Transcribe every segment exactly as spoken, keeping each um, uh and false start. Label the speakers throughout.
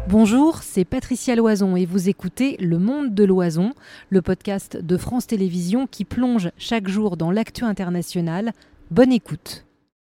Speaker 1: Bonjour, c'est Patricia Loison et vous écoutez Le Monde de l'Oison, le podcast de France Télévisions qui plonge chaque jour dans l'actu internationale. Bonne écoute.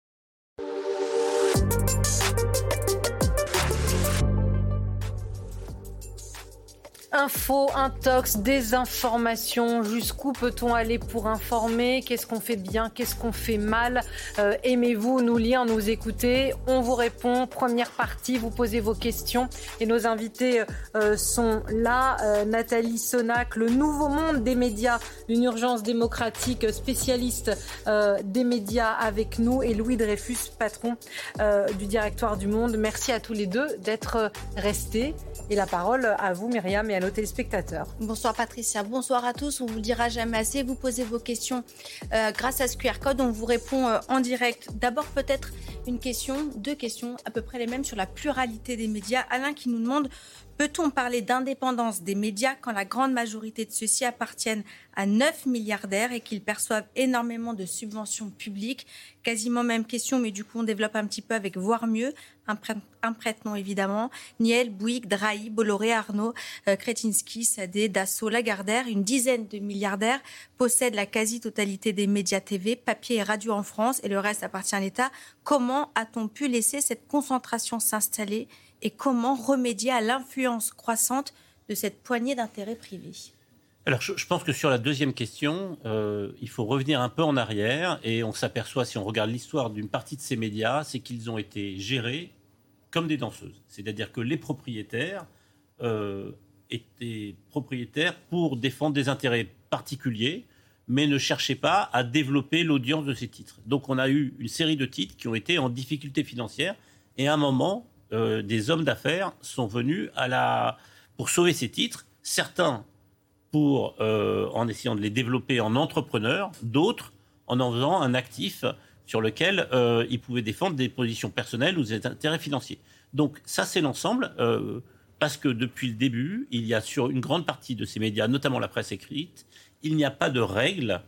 Speaker 1: Info, intox, désinformation, jusqu'où peut-on aller pour informer? Qu'est-ce qu'on fait bien? Qu'est-ce qu'on fait mal? euh, Aimez-vous nous lire, nous écouter? On vous répond. Première partie, vous posez vos questions et nos invités euh, sont là. Euh, Nathalie Sonac, le nouveau monde des médias, une urgence démocratique, spécialiste euh, des médias avec nous, et Louis Dreyfus, patron euh, du Directoire du Monde. Merci à tous les deux d'être restés. Et la parole à vous, Myriam, et à nos téléspectateurs.
Speaker 2: Bonsoir Patricia, bonsoir à tous. On vous le dira jamais assez. Vous posez vos questions euh, grâce à ce Q R code. On vous répond euh, en direct. D'abord, peut-être une question, deux questions, à peu près les mêmes sur la pluralité des médias. Alain qui nous demande: peut-on parler d'indépendance des médias quand la grande majorité de ceux-ci appartiennent à neuf milliardaires et qu'ils perçoivent énormément de subventions publiques? Quasiment même question, mais du coup on développe un petit peu avec Voir Mieux, un, prête, un prête-nom évidemment. Niel, Bouygues, Drahi, Bolloré, Arnaud, euh, Kretinsky, Sadé, Dassault, Lagardère, une dizaine de milliardaires possèdent la quasi-totalité des médias T V, papier et radio en France, et le reste appartient à l'État. Comment a-t-on pu laisser cette concentration s'installer et comment remédier à l'influence croissante de cette poignée d'intérêts privés?
Speaker 3: Alors, je, je pense que sur la deuxième question, euh, il faut revenir un peu en arrière, et on s'aperçoit, si on regarde l'histoire d'une partie de ces médias, c'est qu'ils ont été gérés comme des danseuses. C'est-à-dire que les propriétaires euh, étaient propriétaires pour défendre des intérêts particuliers, mais ne cherchaient pas à développer l'audience de ces titres. Donc, on a eu une série de titres qui ont été en difficulté financière, et à un moment, euh, des hommes d'affaires sont venus à la... pour sauver ces titres. Certains pour, euh, en essayant de les développer en entrepreneurs, d'autres en en faisant un actif sur lequel euh, ils pouvaient défendre des positions personnelles ou des intérêts financiers. Donc ça, c'est l'ensemble, euh, parce que depuis le début, il y a sur une grande partie de ces médias, notamment la presse écrite, il n'y a pas de règles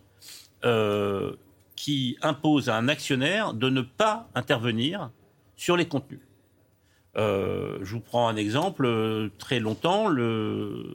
Speaker 3: euh, qui imposent à un actionnaire de ne pas intervenir sur les contenus. Euh, je vous prends un exemple. Euh, très longtemps, le...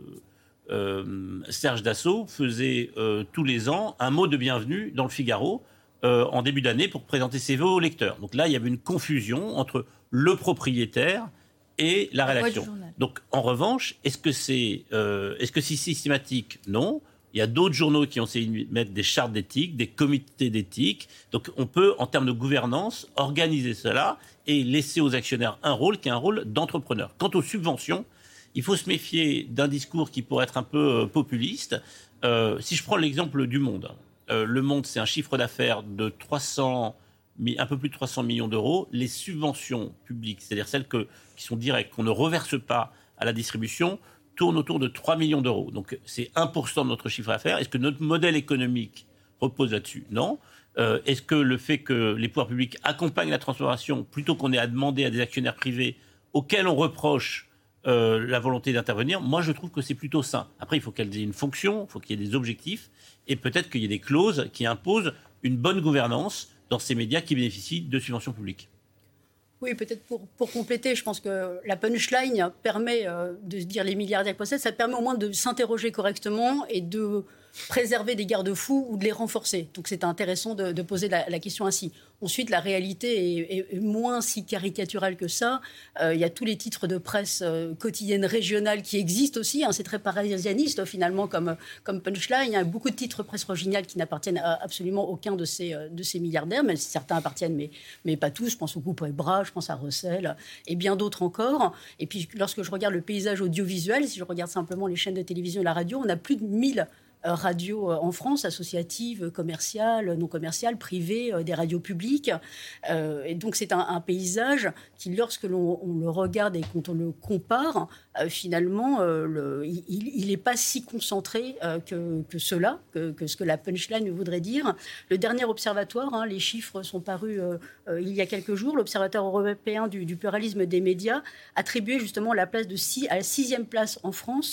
Speaker 3: Euh, Serge Dassault faisait euh, tous les ans un mot de bienvenue dans le Figaro euh, en début d'année pour présenter ses vœux aux lecteurs. Donc là, il y avait une confusion entre le propriétaire et la rédaction. Donc en revanche, est-ce que c'est, euh, est-ce que c'est systématique? Non. Il y a d'autres journaux qui ont essayé de mettre des chartes d'éthique, des comités d'éthique. Donc on peut, en termes de gouvernance, organiser cela et laisser aux actionnaires un rôle qui est un rôle d'entrepreneur. Quant aux subventions, il faut se méfier d'un discours qui pourrait être un peu euh, populiste. Euh, si je prends l'exemple du Monde, euh, le Monde, c'est un chiffre d'affaires de trois cents, un peu plus de trois cents millions d'euros. Les subventions publiques, c'est-à-dire celles que, qui sont directes, qu'on ne reverse pas à la distribution, tournent autour de trois millions d'euros. Donc c'est un pour cent de notre chiffre d'affaires. Est-ce que notre modèle économique repose là-dessus? Non. Euh, est-ce que le fait que les pouvoirs publics accompagnent la transformation, plutôt qu'on ait à demander à des actionnaires privés auxquels on reproche Euh, la volonté d'intervenir, moi je trouve que c'est plutôt sain. Après, il faut qu'elle ait une fonction, il faut qu'il y ait des objectifs, et peut-être qu'il y ait des clauses qui imposent une bonne gouvernance dans ces médias qui bénéficient de subventions publiques.
Speaker 4: Oui, peut-être pour, pour compléter, je pense que la punchline permet euh, de se dire les milliardaires possèdent, ça permet au moins de s'interroger correctement et de préserver des garde-fous ou de les renforcer. Donc c'est intéressant de, de poser la, la question ainsi. Ensuite, la réalité est, est, est moins si caricaturale que ça. Euh, il y a tous les titres de presse euh, quotidienne régionale qui existent aussi. Hein, c'est très parisianiste finalement comme, comme punchline. Il y a beaucoup de titres presse régionale qui n'appartiennent à absolument aucun de ces, de ces milliardaires, même si certains appartiennent, mais, mais pas tous. Je pense au groupe Ebra, je pense à Russell et bien d'autres encore. Et puis lorsque je regarde le paysage audiovisuel, si je regarde simplement les chaînes de télévision et la radio, on a plus de mille radios en France, associatives, commerciales, non commerciales, privées, des radios publiques. Euh, et donc c'est un, un paysage qui, lorsque l'on on le regarde et quand on le compare, euh, finalement, euh, le, il n'est pas si concentré euh, que, que cela, que, que ce que la punchline voudrait dire. Le dernier observatoire, hein, les chiffres sont parus euh, euh, il y a quelques jours, l'Observatoire européen du, du pluralisme des médias attribuait justement la place de six, à la sixième place en France.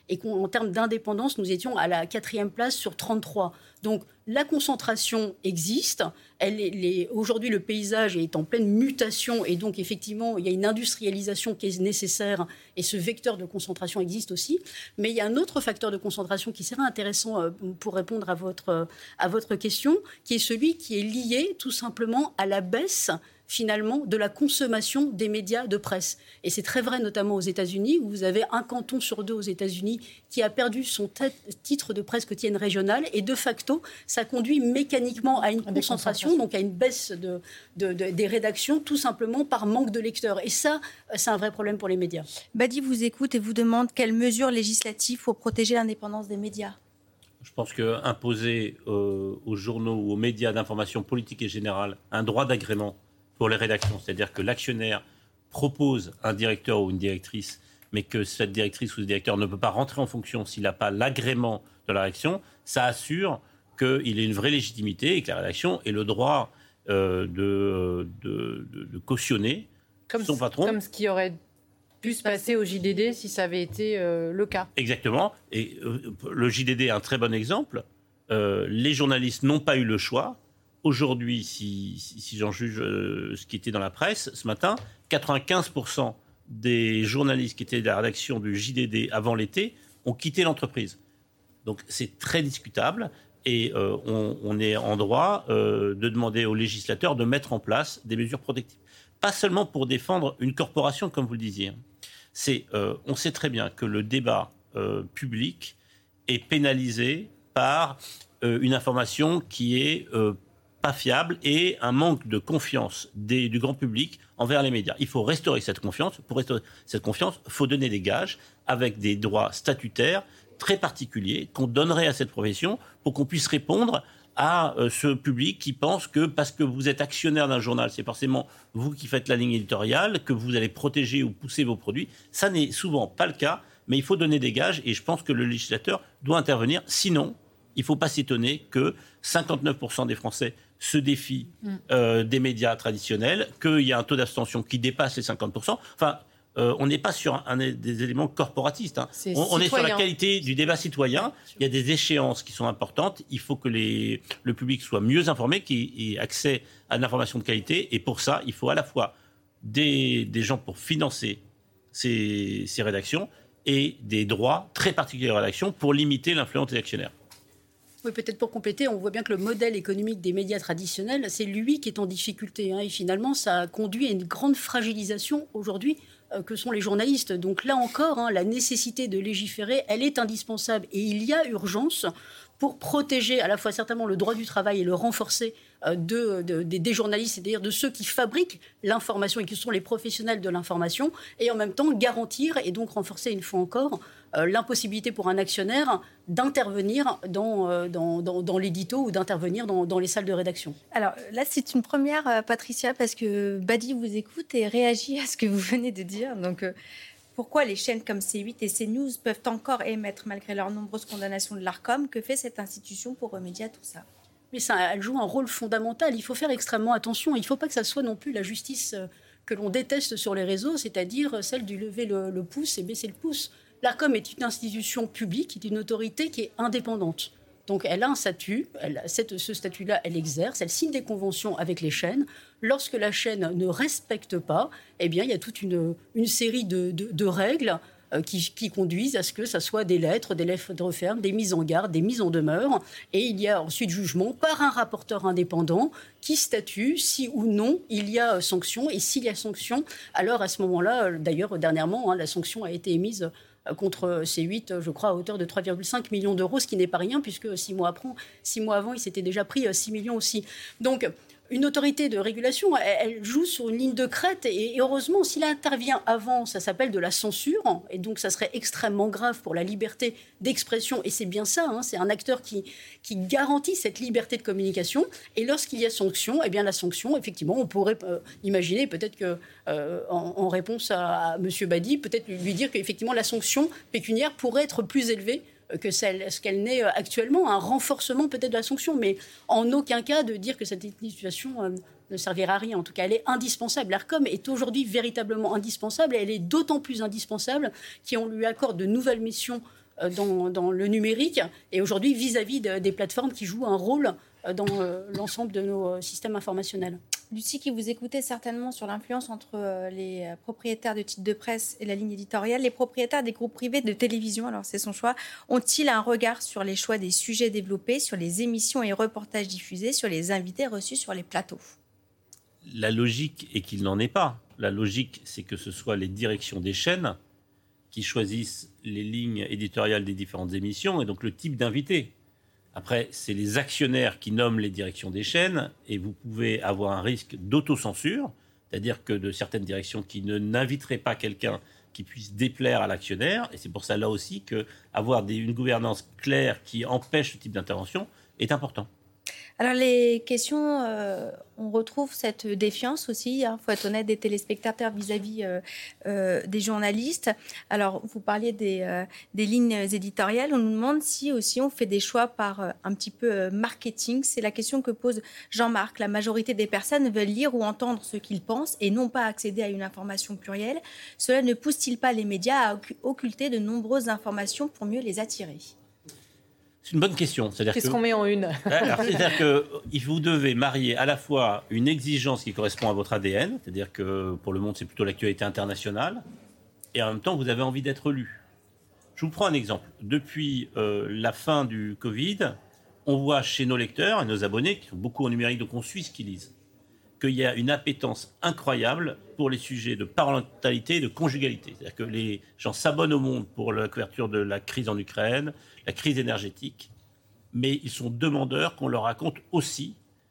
Speaker 4: et qu'en termes d'indépendance, nous étions à la quatrième place sur trente-trois. Donc la concentration existe. Elle est, les, aujourd'hui, le paysage est en pleine mutation et donc effectivement, il y a une industrialisation qui est nécessaire et ce vecteur de concentration existe aussi. Mais il y a un autre facteur de concentration qui serait intéressant euh, pour répondre à votre, euh, à votre question, qui est celui qui est lié tout simplement à la baisse finalement de la consommation des médias de presse. Et c'est très vrai notamment aux États-Unis, où vous avez un canton sur deux aux États-Unis qui a perdu son t- titre de presse quotidienne régionale, et de facto, ça conduit mécaniquement à une concentration, donc à une baisse de, de, de, des rédactions, tout simplement par manque de lecteurs. Et ça, c'est un vrai problème pour les médias.
Speaker 2: Badi vous écoute et vous demande quelles mesures législatives pour protéger l'indépendance des médias.
Speaker 3: Je pense qu'imposer euh, aux journaux ou aux médias d'information politique et générale un droit d'agrément pour les rédactions, c'est-à-dire que l'actionnaire propose un directeur ou une directrice, mais que cette directrice ou ce directeur ne peut pas rentrer en fonction s'il n'a pas l'agrément de la rédaction, ça assure qu'il ait une vraie légitimité et que la rédaction ait le droit euh, de, de, de, de cautionner
Speaker 1: comme
Speaker 3: son patron.
Speaker 1: Comme ce qui aurait pu se passer au J D D si ça avait été euh, le cas.
Speaker 3: Exactement. Et euh, le J D D est un très bon exemple. Euh, les journalistes n'ont pas eu le choix. Aujourd'hui, si, si, si j'en juge euh, ce qui était dans la presse ce matin, quatre-vingt-quinze pour cent des journalistes qui étaient de la rédaction du J D D avant l'été ont quitté l'entreprise. Donc c'est très discutable et euh, on, on est en droit euh, de demander aux législateurs de mettre en place des mesures protectives. Pas seulement pour défendre une corporation, comme vous le disiez. C'est, euh, on sait très bien que le débat euh, public est pénalisé par euh, une information qui est euh, pas fiable et un manque de confiance des, du grand public envers les médias. Il faut restaurer cette confiance. Pour restaurer cette confiance, il faut donner des gages avec des droits statutaires très particuliers qu'on donnerait à cette profession pour qu'on puisse répondre à euh, ce public qui pense que parce que vous êtes actionnaire d'un journal, c'est forcément vous qui faites la ligne éditoriale, que vous allez protéger ou pousser vos produits. Ça n'est souvent pas le cas, mais il faut donner des gages et je pense que le législateur doit intervenir. Sinon, il ne faut pas s'étonner que cinquante-neuf pour cent des Français se défient euh, des médias traditionnels, qu'il y a un taux d'abstention qui dépasse les cinquante pour cent. Enfin, euh, on n'est pas sur un, un, des éléments corporatistes. Hein. On, on est sur la qualité du débat citoyen. Il y a des échéances qui sont importantes. Il faut que les, le public soit mieux informé, qu'il ait accès à de l'information de qualité. Et pour ça, il faut à la fois des, des gens pour financer ces, ces rédactions et des droits très particuliers aux rédactions pour limiter l'influence des actionnaires.
Speaker 4: Oui, peut-être pour compléter, on voit bien que le modèle économique des médias traditionnels, c'est lui qui est en difficulté. Hein, et finalement, ça a conduit à une grande fragilisation aujourd'hui euh, que sont les journalistes. Donc là encore, hein, la nécessité de légiférer, elle est indispensable. Et il y a urgence pour protéger à la fois certainement le droit du travail et le renforcer euh, de, de, de, des journalistes, c'est-à-dire de ceux qui fabriquent l'information et qui sont les professionnels de l'information, et en même temps garantir et donc renforcer une fois encore euh, l'impossibilité pour un actionnaire d'intervenir dans, euh, dans, dans, dans l'édito ou d'intervenir dans, dans les salles de rédaction.
Speaker 2: Alors là, c'est une première, euh, Patricia, parce que Badi vous écoute et réagit à ce que vous venez de dire. Donc, euh, pourquoi les chaînes comme C huit et CNews peuvent encore émettre, malgré leurs nombreuses condamnations de l'Arcom? Que fait cette institution pour remédier à tout ça?
Speaker 4: Mais ça, elle joue un rôle fondamental. Il faut faire extrêmement attention. Il ne faut pas que ça soit non plus la justice que l'on déteste sur les réseaux, c'est-à-dire celle du lever le, le pouce et baisser le pouce. L'Arcom est une institution publique, est une autorité qui est indépendante. Donc elle a un statut, elle, cette, ce statut-là, elle exerce, elle signe des conventions avec les chaînes. Lorsque la chaîne ne respecte pas, eh bien, il y a toute une, une série de, de, de règles euh, qui, qui conduisent à ce que ça soit des lettres, des lettres fermes, des mises en garde, des mises en demeure. Et il y a ensuite jugement par un rapporteur indépendant qui statue si ou non il y a sanction. Et s'il y a sanction, alors à ce moment-là, d'ailleurs dernièrement, hein, la sanction a été émise contre C huit, je crois, à hauteur de trois virgule cinq millions d'euros, ce qui n'est pas rien, puisque six mois, après, six mois avant, il s'était déjà pris six millions aussi. Donc, une autorité de régulation, elle, elle joue sur une ligne de crête, et, et heureusement, s'il intervient avant, ça s'appelle de la censure, et donc ça serait extrêmement grave pour la liberté d'expression, et c'est bien ça, hein, c'est un acteur qui, qui garantit cette liberté de communication, et lorsqu'il y a sanction, eh bien la sanction, effectivement, on pourrait euh, imaginer, peut-être que, euh, en, en réponse à, à M. Badi, peut-être lui dire qu'effectivement la sanction pécuniaire pourrait être plus élevée que celle, ce qu'elle n'est actuellement, un renforcement peut-être de la sanction, mais en aucun cas de dire que cette situation euh, ne servira à rien. En tout cas, elle est indispensable. L'Arcom est aujourd'hui véritablement indispensable, et elle est d'autant plus indispensable qu'on lui accorde de nouvelles missions dans, dans le numérique et aujourd'hui vis-à-vis de, des plateformes qui jouent un rôle dans l'ensemble de nos systèmes informationnels.
Speaker 2: Lucie, qui vous écoutez certainement sur l'influence entre les propriétaires de titres de presse et la ligne éditoriale, les propriétaires des groupes privés de télévision, alors c'est son choix, ont-ils un regard sur les choix des sujets développés, sur les émissions et reportages diffusés, sur les invités reçus sur les plateaux ?
Speaker 3: La logique est qu'il n'en ait pas. La logique, c'est que ce soit les directions des chaînes qui choisissent les lignes éditoriales des différentes émissions et donc le type d'invité. Après, c'est les actionnaires qui nomment les directions des chaînes et vous pouvez avoir un risque d'autocensure, c'est-à-dire que de certaines directions qui ne n'inviteraient pas quelqu'un qui puisse déplaire à l'actionnaire. Et c'est pour ça, là aussi, qu'avoir des, une gouvernance claire qui empêche ce type d'intervention est important.
Speaker 2: Alors les questions, euh, on retrouve cette défiance aussi, il hein, faut être honnête, des téléspectateurs vis-à-vis euh, euh, des journalistes. Alors vous parliez des, euh, des lignes éditoriales, on nous demande si aussi on fait des choix par euh, un petit peu euh, marketing. C'est la question que pose Jean-Marc. La majorité des personnes veulent lire ou entendre ce qu'ils pensent et non pas accéder à une information plurielle. Cela ne pousse-t-il pas les médias à occulter de nombreuses informations pour mieux les attirer ?
Speaker 3: C'est une bonne question. C'est-à-dire
Speaker 1: Qu'est-ce
Speaker 3: que,
Speaker 1: qu'on met en une ?
Speaker 3: alors, c'est-à-dire que vous devez marier à la fois une exigence qui correspond à votre A D N, c'est-à-dire que pour Le Monde, c'est plutôt l'actualité internationale, et en même temps, vous avez envie d'être lu. Je vous prends un exemple. Depuis euh, la fin du Covid, on voit chez nos lecteurs et nos abonnés, qui sont beaucoup en numérique, donc on suit ce qu'ils lisent, qu'il y a une appétence incroyable pour les sujets de parentalité et de conjugalité. C'est-à-dire que les gens s'abonnent au Monde pour la couverture de la crise en Ukraine, la crise énergétique, mais ils sont demandeurs qu'on leur raconte aussi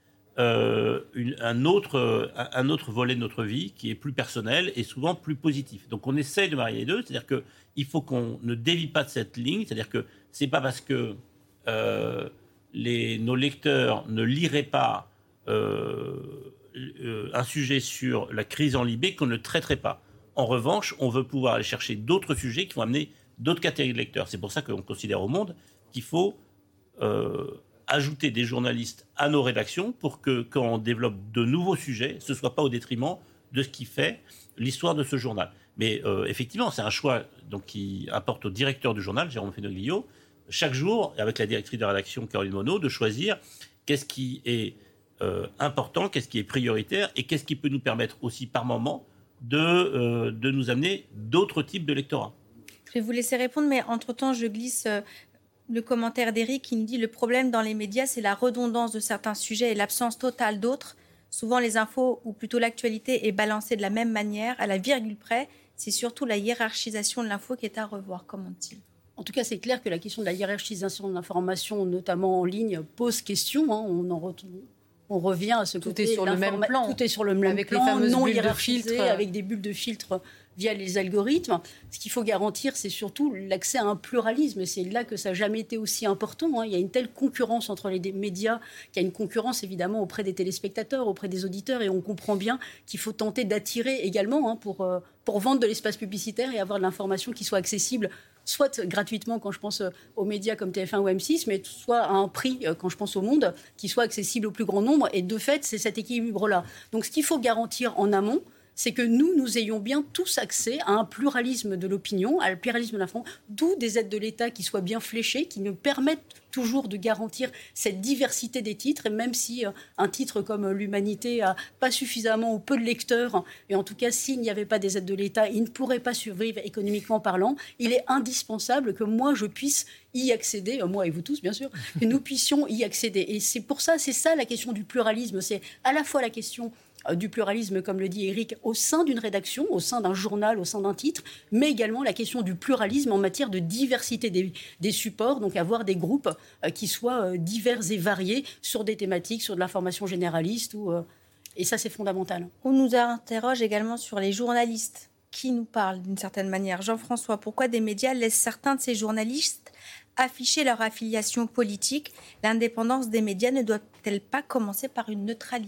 Speaker 3: euh, une, un, autre, un, un autre volet de notre vie qui est plus personnel et souvent plus positif. Donc on essaye de marier les deux, c'est-à-dire qu'il faut qu'on ne dévie pas de cette ligne, c'est-à-dire que ce n'est pas parce que euh, les, nos lecteurs ne liraient pas euh, euh, un sujet sur la crise en Libye qu'on ne le traiterait pas. En revanche, on veut pouvoir aller chercher d'autres sujets qui vont amener d'autres catégories de lecteurs. C'est pour ça qu'on considère au Monde qu'il faut euh, ajouter des journalistes à nos rédactions pour que, quand on développe de nouveaux sujets, ce ne soit pas au détriment de ce qui fait l'histoire de ce journal. Mais euh, effectivement, c'est un choix donc, qui apporte au directeur du journal, Jérôme Fenoglio, chaque jour, avec la directrice de rédaction, Caroline Monod, de choisir qu'est-ce qui est euh, important, qu'est-ce qui est prioritaire et qu'est-ce qui peut nous permettre aussi par moment de, euh, de nous amener d'autres types de lectorat.
Speaker 2: Je vais vous laisser répondre, mais entre-temps, je glisse euh, le commentaire d'Éric qui nous dit « Le problème dans les médias, c'est la redondance de certains sujets et l'absence totale d'autres. Souvent, les infos, ou plutôt l'actualité, est balancée de la même manière, à la virgule près. C'est surtout la hiérarchisation de l'info qui est à revoir. » Comment dit-il ?
Speaker 4: En tout cas, c'est clair que la question de la hiérarchisation de l'information, notamment en ligne, pose question. Hein. On en retrouve... On revient à ce
Speaker 1: tout
Speaker 4: côté.
Speaker 1: Tout est sur le même plan.
Speaker 4: Tout est sur le même
Speaker 1: avec
Speaker 4: plan,
Speaker 1: les fameuses
Speaker 4: non
Speaker 1: bulles
Speaker 4: hiérarchisé,
Speaker 1: de filtre.
Speaker 4: avec des bulles de filtre via les algorithmes. Ce qu'il faut garantir, c'est surtout l'accès à un pluralisme. Et c'est là que ça n'a jamais été aussi important. Hein. Il y a une telle concurrence entre les médias, qu'il y a une concurrence évidemment auprès des téléspectateurs, auprès des auditeurs. Et on comprend bien qu'il faut tenter d'attirer également hein, pour, euh, pour vendre de l'espace publicitaire et avoir de l'information qui soit accessible, soit gratuitement quand je pense aux médias comme T F un ou M six, mais soit à un prix quand je pense au Monde, qui soit accessible au plus grand nombre. Et de fait, c'est cet équilibre-là. Donc ce qu'il faut garantir en amont, c'est que nous, nous ayons bien tous accès à un pluralisme de l'opinion, à un pluralisme de l'information, d'où des aides de l'État qui soient bien fléchées, qui nous permettent toujours de garantir cette diversité des titres, et même si euh, un titre comme l'Humanité n'a pas suffisamment ou peu de lecteurs, et en tout cas, s'il n'y avait pas des aides de l'État, il ne pourrait pas survivre économiquement parlant, il est indispensable que moi, je puisse y accéder, euh, moi et vous tous, bien sûr, que nous puissions y accéder. Et c'est pour ça, c'est ça la question du pluralisme, c'est à la fois la question du pluralisme, comme le dit Éric, au sein d'une rédaction, au sein d'un journal, au sein d'un titre, mais également la question du pluralisme en matière de diversité des, des supports, donc avoir des groupes euh, qui soient euh, divers et variés sur des thématiques, sur de l'information généraliste, ou, euh, et ça c'est fondamental.
Speaker 2: On nous interroge également sur les journalistes qui nous parlent d'une certaine manière. Jean-François, pourquoi des médias laissent certains de ces journalistes afficher leur affiliation politique ? L'indépendance des médias ne doit-elle pas commencer par une neutralité ?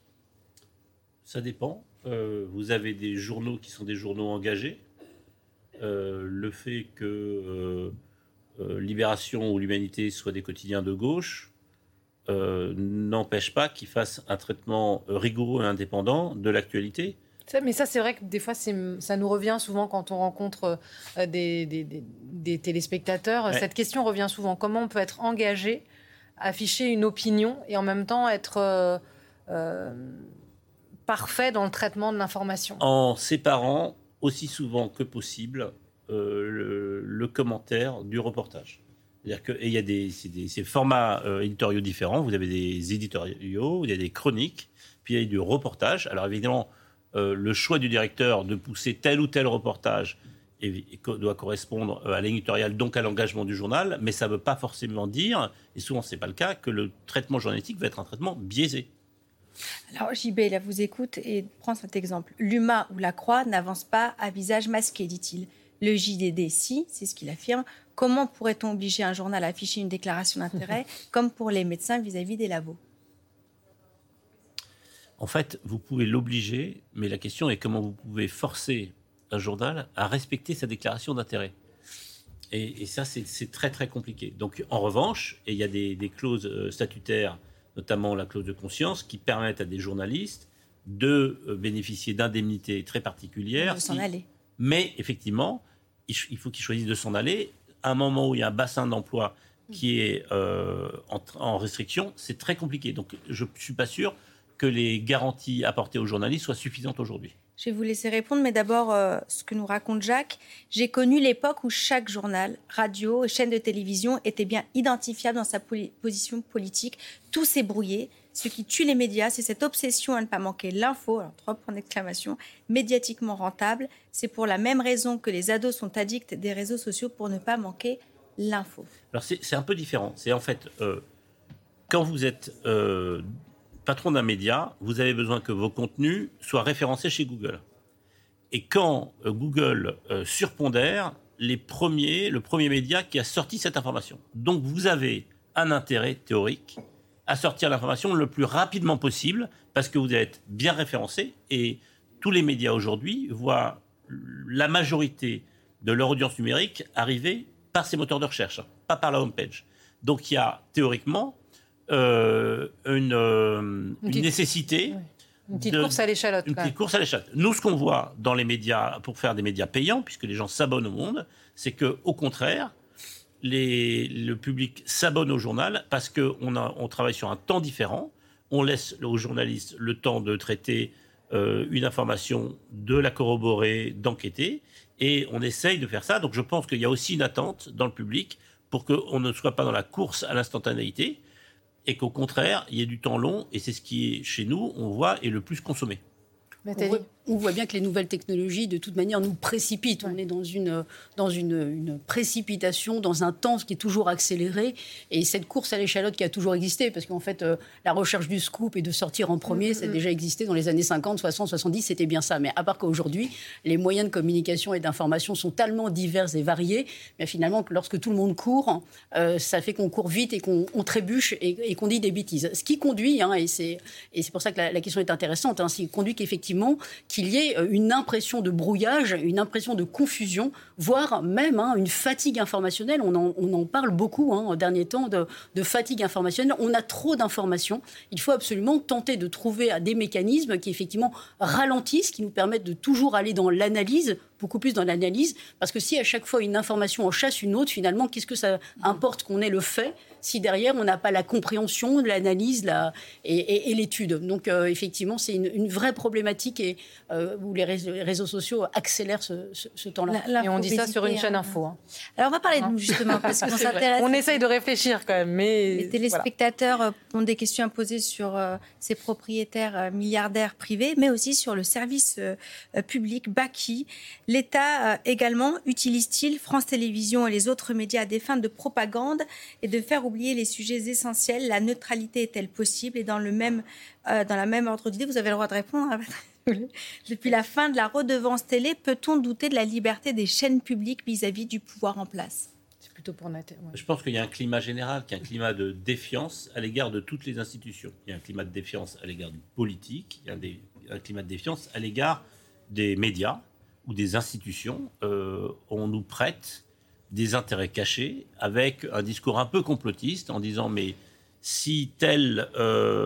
Speaker 3: Ça dépend. Euh, vous avez des journaux qui sont des journaux engagés. Euh, le fait que euh, euh, Libération ou l'Humanité soient des quotidiens de gauche euh, n'empêche pas qu'ils fassent un traitement rigoureux et indépendant de l'actualité.
Speaker 1: Ça, mais ça, c'est vrai que des fois, c'est, ça nous revient souvent quand on rencontre euh, des, des, des, des téléspectateurs. Ouais. Cette question revient souvent. Comment on peut être engagé, afficher une opinion et en même temps être euh, euh, parfait dans le traitement de l'information ?
Speaker 3: En séparant aussi souvent que possible euh, le, le commentaire du reportage. C'est-à-dire que, et il y a des, c'est des c'est formats euh, éditoriaux différents. Vous avez des éditoriaux, il y a des chroniques, puis il y a du reportage. Alors évidemment, euh, le choix du directeur de pousser tel ou tel reportage et, et doit correspondre à l'éditorial, donc à l'engagement du journal, mais ça ne veut pas forcément dire, et souvent ce n'est pas le cas, que le traitement journalistique va être un traitement biaisé.
Speaker 2: Alors J B, là vous écoute et prend cet exemple. L'U M A ou la Croix n'avance pas à visage masqué, dit-il. Le J D D, si, c'est ce qu'il affirme. Comment pourrait-on obliger un journal à afficher une déclaration d'intérêt, comme pour les médecins vis-à-vis des labos ?
Speaker 3: En fait, vous pouvez l'obliger, mais la question est comment vous pouvez forcer un journal à respecter sa déclaration d'intérêt. Et, et ça, c'est, c'est très, très compliqué. Donc, en revanche, et il y a des, des clauses statutaires, notamment la clause de conscience, qui permettent à des journalistes de bénéficier d'indemnités très particulières.
Speaker 2: De s'en aller.
Speaker 3: Mais effectivement, il faut qu'ils choisissent de s'en aller. À un moment où il y a un bassin d'emploi qui est euh, en, en restriction, c'est très compliqué. Donc, je ne suis pas sûr que les garanties apportées aux journalistes soient suffisantes aujourd'hui.
Speaker 2: Je vais vous laisser répondre, mais d'abord, euh, ce que nous raconte Jacques. J'ai connu l'époque où chaque journal, radio et chaîne de télévision était bien identifiable dans sa poli- position politique. Tout s'est brouillé. Ce qui tue les médias, c'est cette obsession à ne pas manquer l'info, alors trois points d'exclamation, médiatiquement rentable. C'est pour la même raison que les ados sont addicts des réseaux sociaux pour ne pas manquer l'info.
Speaker 3: Alors c'est, c'est un peu différent. C'est en fait, euh, quand vous êtes euh, patron d'un média, vous avez besoin que vos contenus soient référencés chez Google. Et quand euh, Google euh, surpondère les premiers, le premier média qui a sorti cette information. Donc vous avez un intérêt théorique à sortir l'information le plus rapidement possible parce que vous êtes bien référencé et tous les médias aujourd'hui voient la majorité de leur audience numérique arriver par ces moteurs de recherche, pas par la homepage. Donc il y a théoriquement euh, une, euh, une, une petite, nécessité...
Speaker 1: Oui. Une petite de, course à l'échalote.
Speaker 3: Une petite course à l'échalote. Nous, ce qu'on voit dans les médias, pour faire des médias payants, puisque les gens s'abonnent au Monde, c'est qu'au contraire, Les, le public s'abonne au journal parce qu'on on travaille sur un temps différent. On laisse aux journalistes le temps de traiter euh, une information, de la corroborer, d'enquêter. Et on essaye de faire ça. Donc je pense qu'il y a aussi une attente dans le public pour qu'on ne soit pas dans la course à l'instantanéité et qu'au contraire, il y ait du temps long. Et c'est ce qui, est, chez nous, on voit, est le plus consommé.
Speaker 4: On voit, on voit bien que les nouvelles technologies, de toute manière, nous précipitent. Ouais. On est dans, une, dans une, une précipitation, dans un temps qui est toujours accéléré. Et cette course à l'échalote qui a toujours existé, parce qu'en fait, euh, la recherche du scoop et de sortir en premier, mmh, ça a mmh. déjà existé dans les années cinquante, soixante, soixante-dix, c'était bien ça. Mais à part qu'aujourd'hui, les moyens de communication et d'information sont tellement divers et variés, mais finalement, lorsque tout le monde court, euh, ça fait qu'on court vite et qu'on on trébuche et, et qu'on dit des bêtises. Ce qui conduit, hein, et, c'est, et c'est pour ça que la, la question est intéressante, hein, ce qui conduit qu'effectivement, qu'il y ait une impression de brouillage, une impression de confusion, voire même hein, une fatigue informationnelle. On en, on en parle beaucoup hein, en dernier temps de, de fatigue informationnelle. On a trop d'informations. Il faut absolument tenter de trouver des mécanismes qui effectivement ralentissent, qui nous permettent de toujours aller dans l'analyse, beaucoup plus dans l'analyse, parce que si à chaque fois une information en chasse une autre, finalement, qu'est-ce que ça importe qu'on ait le fait si derrière on n'a pas la compréhension, l'analyse la, et, et, et l'étude. Donc euh, effectivement, c'est une, une vraie problématique et, euh, où les réseaux, les réseaux sociaux accélèrent ce, ce, ce temps-là.
Speaker 1: La, et on dit ça sur une chaîne info. Hein.
Speaker 2: Alors on va parler de nous justement, parce qu'on s'intéresse...
Speaker 1: On essaye de réfléchir quand même, mais...
Speaker 2: Les téléspectateurs voilà. ont des questions à poser sur euh, ces propriétaires euh, milliardaires privés, mais aussi sur le service euh, public Baki. L'État euh, également utilise-t-il France Télévisions et les autres médias à des fins de propagande et de faire oublier les sujets essentiels? La neutralité est-elle possible? Et dans, le même, euh, dans la même ordre d'idée, vous avez le droit de répondre. Depuis la fin de la redevance télé, peut-on douter de la liberté des chaînes publiques vis-à-vis du pouvoir en place?
Speaker 1: C'est plutôt pour Nathan. Ouais.
Speaker 3: Je pense qu'il y a un climat général, qui est un climat de défiance à l'égard de toutes les institutions. Il y a un climat de défiance à l'égard du politique, il y a des, un climat de défiance à l'égard des médias ou des institutions. Euh, on nous prête des intérêts cachés avec un discours un peu complotiste en disant mais si tel euh,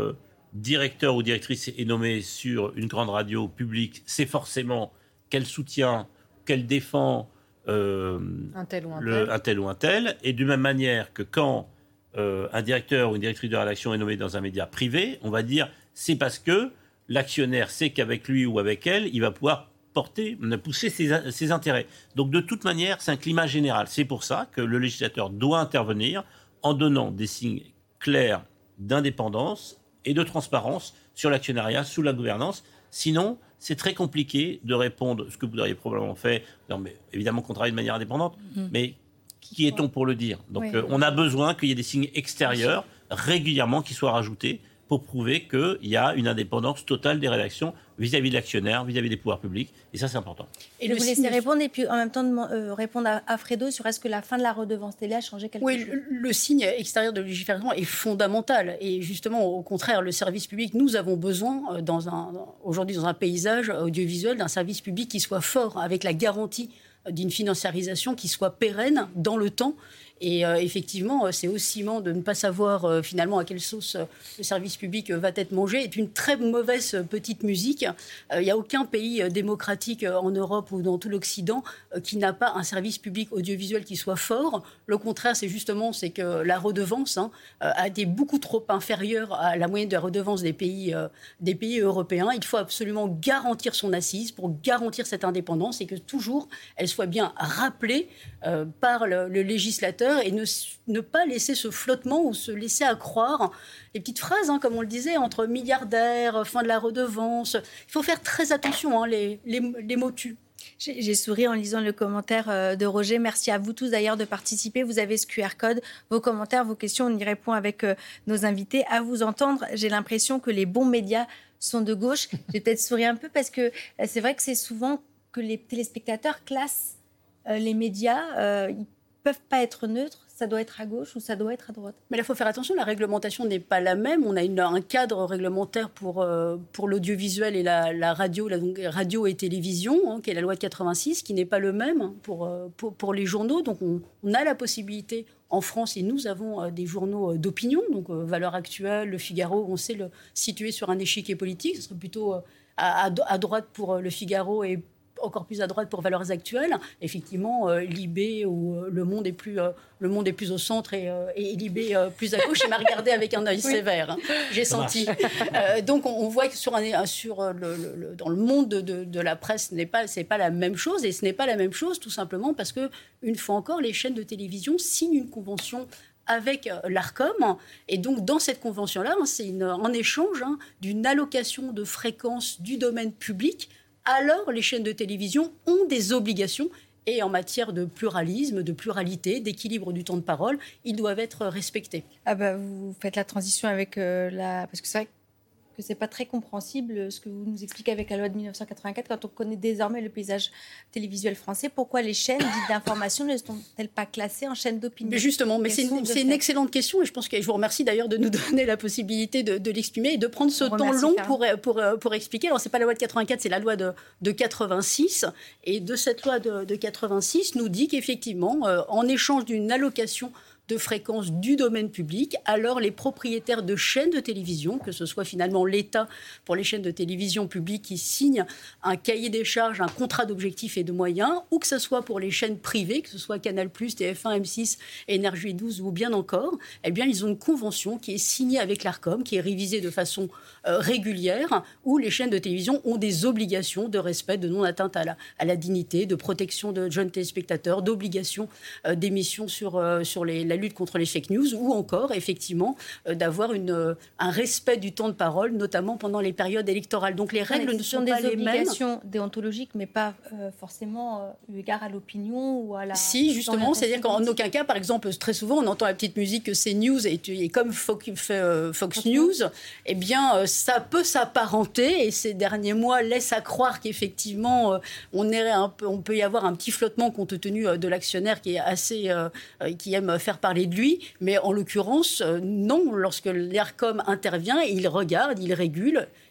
Speaker 3: directeur ou directrice est nommé sur une grande radio publique, c'est forcément qu'elle soutient, qu'elle défend euh,
Speaker 1: un, tel ou un,
Speaker 3: le,
Speaker 1: tel.
Speaker 3: un tel ou un tel. Et de même manière que quand euh, un directeur ou une directrice de rédaction est nommé dans un média privé, on va dire c'est parce que l'actionnaire sait qu'avec lui ou avec elle, il va pouvoir porter, pousser ses, ses intérêts. Donc de toute manière, c'est un climat général. C'est pour ça que le législateur doit intervenir en donnant des signes clairs d'indépendance et de transparence sur l'actionnariat, sous la gouvernance. Sinon, c'est très compliqué de répondre, ce que vous auriez probablement fait, non, mais évidemment qu'on travaille de manière indépendante, mmh. mais qui est-on pour le dire? Donc oui. euh, on a besoin qu'il y ait des signes extérieurs régulièrement qui soient rajoutés pour prouver qu'il y a une indépendance totale des rédactions vis-à-vis de l'actionnaire, vis-à-vis des pouvoirs publics. Et ça, c'est important.
Speaker 2: Et je vous laisser répondre et puis en même temps de, euh, répondre à, à Fredo sur est-ce que la fin de la redevance télé a changé quelque
Speaker 4: oui,
Speaker 2: chose?
Speaker 4: Oui, le, le signe extérieur de légifération est fondamental. Et justement, au contraire, le service public, nous avons besoin, dans un, aujourd'hui, dans un paysage audiovisuel, d'un service public qui soit fort, avec la garantie d'une financiarisation qui soit pérenne dans le temps. Et euh, effectivement, c'est au ciment de ne pas savoir euh, finalement à quelle sauce euh, le service public euh, va être mangé est une très mauvaise euh, petite musique. Il euh, n'y a aucun pays euh, démocratique euh, en Europe ou dans tout l'Occident euh, qui n'a pas un service public audiovisuel qui soit fort. Le contraire, c'est justement c'est que la redevance hein, euh, a été beaucoup trop inférieure à la moyenne de la redevance des pays, euh, des pays européens. Il faut absolument garantir son assise pour garantir cette indépendance et que toujours elle soit bien rappelée euh, par le, le législateur et ne, ne pas laisser ce flottement ou se laisser à croire les petites phrases, hein, comme on le disait, entre milliardaires, fin de la redevance. Il faut faire très attention, hein, les, les, les mots tuent.
Speaker 2: J'ai, j'ai souri en lisant le commentaire de Roger. Merci à vous tous d'ailleurs de participer. Vous avez ce Q R code, vos commentaires, vos questions. On y répond avec euh, nos invités. À vous entendre, j'ai l'impression que les bons médias sont de gauche. J'ai peut-être souri un peu parce que euh, c'est vrai que c'est souvent que les téléspectateurs classent euh, les médias. Euh, ils peuvent pas être neutres, ça doit être à gauche ou ça doit être à droite.
Speaker 4: Mais là, il faut faire attention, la réglementation n'est pas la même. On a une, un cadre réglementaire pour, euh, pour l'audiovisuel et la, la radio, la donc, radio et télévision, hein, qui est la loi de quatre-vingt-six, qui n'est pas le même pour, euh, pour, pour les journaux. Donc on, on a la possibilité, en France, et nous avons euh, des journaux euh, d'opinion, donc euh, Valeurs Actuelles, Le Figaro, on sait le situer sur un échiquier politique. Ce serait plutôt euh, à, à droite pour euh, Le Figaro et encore plus à droite pour Valeurs Actuelles. Effectivement, euh, Libé ou euh, Le Monde est plus euh, Le Monde est plus au centre et, euh, et Libé euh, plus à gauche. Il m'a regardé avec un œil oui. sévère. Hein. J'ai Ça senti. Euh, donc on, on voit que sur un, sur le, le, le, dans le monde de, de, de la presse, ce n'est pas c'est pas la même chose et ce n'est pas la même chose tout simplement parce que une fois encore, les chaînes de télévision signent une convention avec l'Arcom. Et donc, dans cette convention-là, hein, c'est une, en échange hein, d'une allocation de fréquences du domaine public. Alors les chaînes de télévision ont des obligations et en matière de pluralisme, de pluralité, d'équilibre du temps de parole, ils doivent être respectés.
Speaker 2: Ah bah, vous faites la transition avec euh, la... Parce que c'est vrai que c'est pas très compréhensible ce que vous nous expliquez avec la loi de dix-neuf cent quatre-vingt-quatre quand on connaît désormais le paysage télévisuel français. Pourquoi les chaînes dites d'information ne sont-elles pas classées en chaînes d'opinion?
Speaker 4: Mais justement, mais c'est, une, c'est une excellente question et je pense que je vous remercie d'ailleurs de nous donner la possibilité de, de l'exprimer et de prendre ce temps long pour, pour, pour expliquer. Alors, c'est pas la loi de quatre-vingt-quatre, c'est la loi de, de quatre-vingt-six. Et de cette loi de, de quatre-vingt-six nous dit qu'effectivement, euh, en échange d'une allocation de fréquences du domaine public, alors les propriétaires de chaînes de télévision, que ce soit finalement l'État pour les chaînes de télévision publiques qui signent un cahier des charges, un contrat d'objectifs et de moyens, ou que ce soit pour les chaînes privées, que ce soit Canal+, T F un, M six, Énergie douze ou bien encore, eh bien ils ont une convention qui est signée avec l'Arcom, qui est révisée de façon euh, régulière, où les chaînes de télévision ont des obligations de respect, de non-atteinte à la, à la dignité, de protection de jeunes téléspectateurs, d'obligations euh, d'émission sur, euh, sur les, la lutte contre les fake news ou encore, effectivement, euh, d'avoir une, euh, un respect du temps de parole, notamment pendant les périodes électorales. Donc les règles ne sont pas les mêmes.
Speaker 2: Ce sont des obligations déontologiques, mais pas euh, forcément euh, eu égard à l'opinion ou à la...
Speaker 4: Si, justement, c'est-à-dire qu'en aucun cas, par exemple, très souvent, on entend la petite musique que c'est News et, et comme Fox, euh, Fox News, eh bien, euh, ça peut s'apparenter et ces derniers mois laissent à croire qu'effectivement, euh, on, est un peu, on peut y avoir un petit flottement compte tenu euh, de l'actionnaire qui est assez... Euh, qui aime faire parler de lui, mais en l'occurrence, euh, non. Lorsque l'Arcom intervient, il regarde, il régule,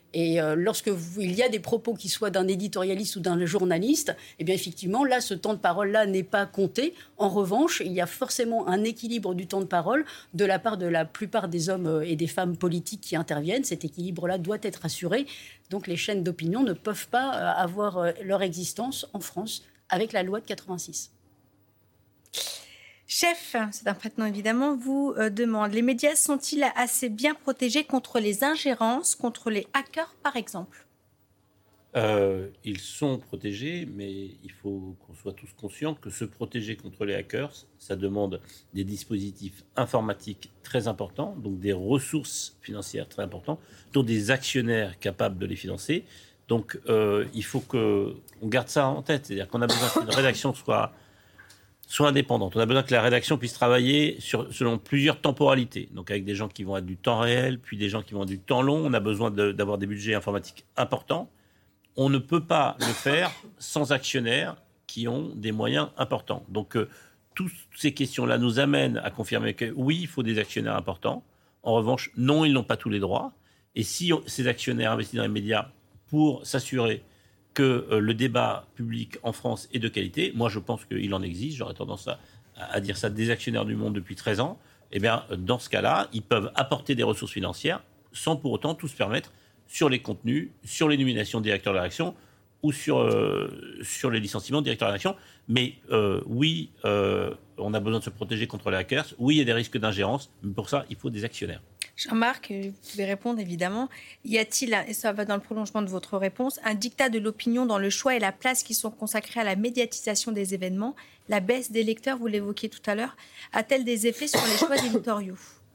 Speaker 4: Et euh, lorsque vous, il y a des propos qui soient d'un éditorialiste ou d'un journaliste, eh bien effectivement, là, ce temps de parole-là n'est pas compté. En revanche, il y a forcément un équilibre du temps de parole de la part de la plupart des hommes et des femmes politiques qui interviennent. Cet équilibre-là doit être assuré. Donc les chaînes d'opinion ne peuvent pas avoir leur existence en France avec la loi de quatre-vingt-six.
Speaker 2: Chef, c'est un prête-nom évidemment, vous euh, demande, les médias sont-ils assez bien protégés contre les ingérences, contre les hackers par exemple ?
Speaker 3: euh, Ils sont protégés, mais il faut qu'on soit tous conscients que se protéger contre les hackers, ça demande des dispositifs informatiques très importants, donc des ressources financières très importantes, dont des actionnaires capables de les financer. Donc euh, il faut qu'on garde ça en tête, c'est-à-dire qu'on a besoin qu'une rédaction soit... soit indépendante. On a besoin que la rédaction puisse travailler sur, selon plusieurs temporalités, donc avec des gens qui vont être du temps réel, puis des gens qui vont être du temps long. On a besoin de, d'avoir des budgets informatiques importants. On ne peut pas le faire sans actionnaires qui ont des moyens importants. Donc, euh, toutes ces questions-là nous amènent à confirmer que oui, il faut des actionnaires importants. En revanche, non, ils n'ont pas tous les droits. Et si on, ces actionnaires investissent dans les médias pour s'assurer que euh, le débat public en France est de qualité, moi je pense qu'il en existe, j'aurais tendance à, à dire ça des actionnaires du Monde depuis treize ans, eh bien dans ce cas-là, ils peuvent apporter des ressources financières sans pour autant tout se permettre sur les contenus, sur les nominations de directeurs de rédaction ou sur, euh, sur les licenciements de directeurs de rédaction. Mais euh, oui, euh, on a besoin de se protéger contre les hackers, oui, il y a des risques d'ingérence, mais pour ça, il faut des actionnaires.
Speaker 2: Jean-Marc, vous pouvez répondre évidemment. Y a-t-il, et ça va dans le prolongement de votre réponse, un diktat de l'opinion dans le choix et la place qui sont consacrés à la médiatisation des événements ? La baisse des lecteurs, vous l'évoquiez tout à l'heure, a-t-elle des effets sur les choix éditoriaux ?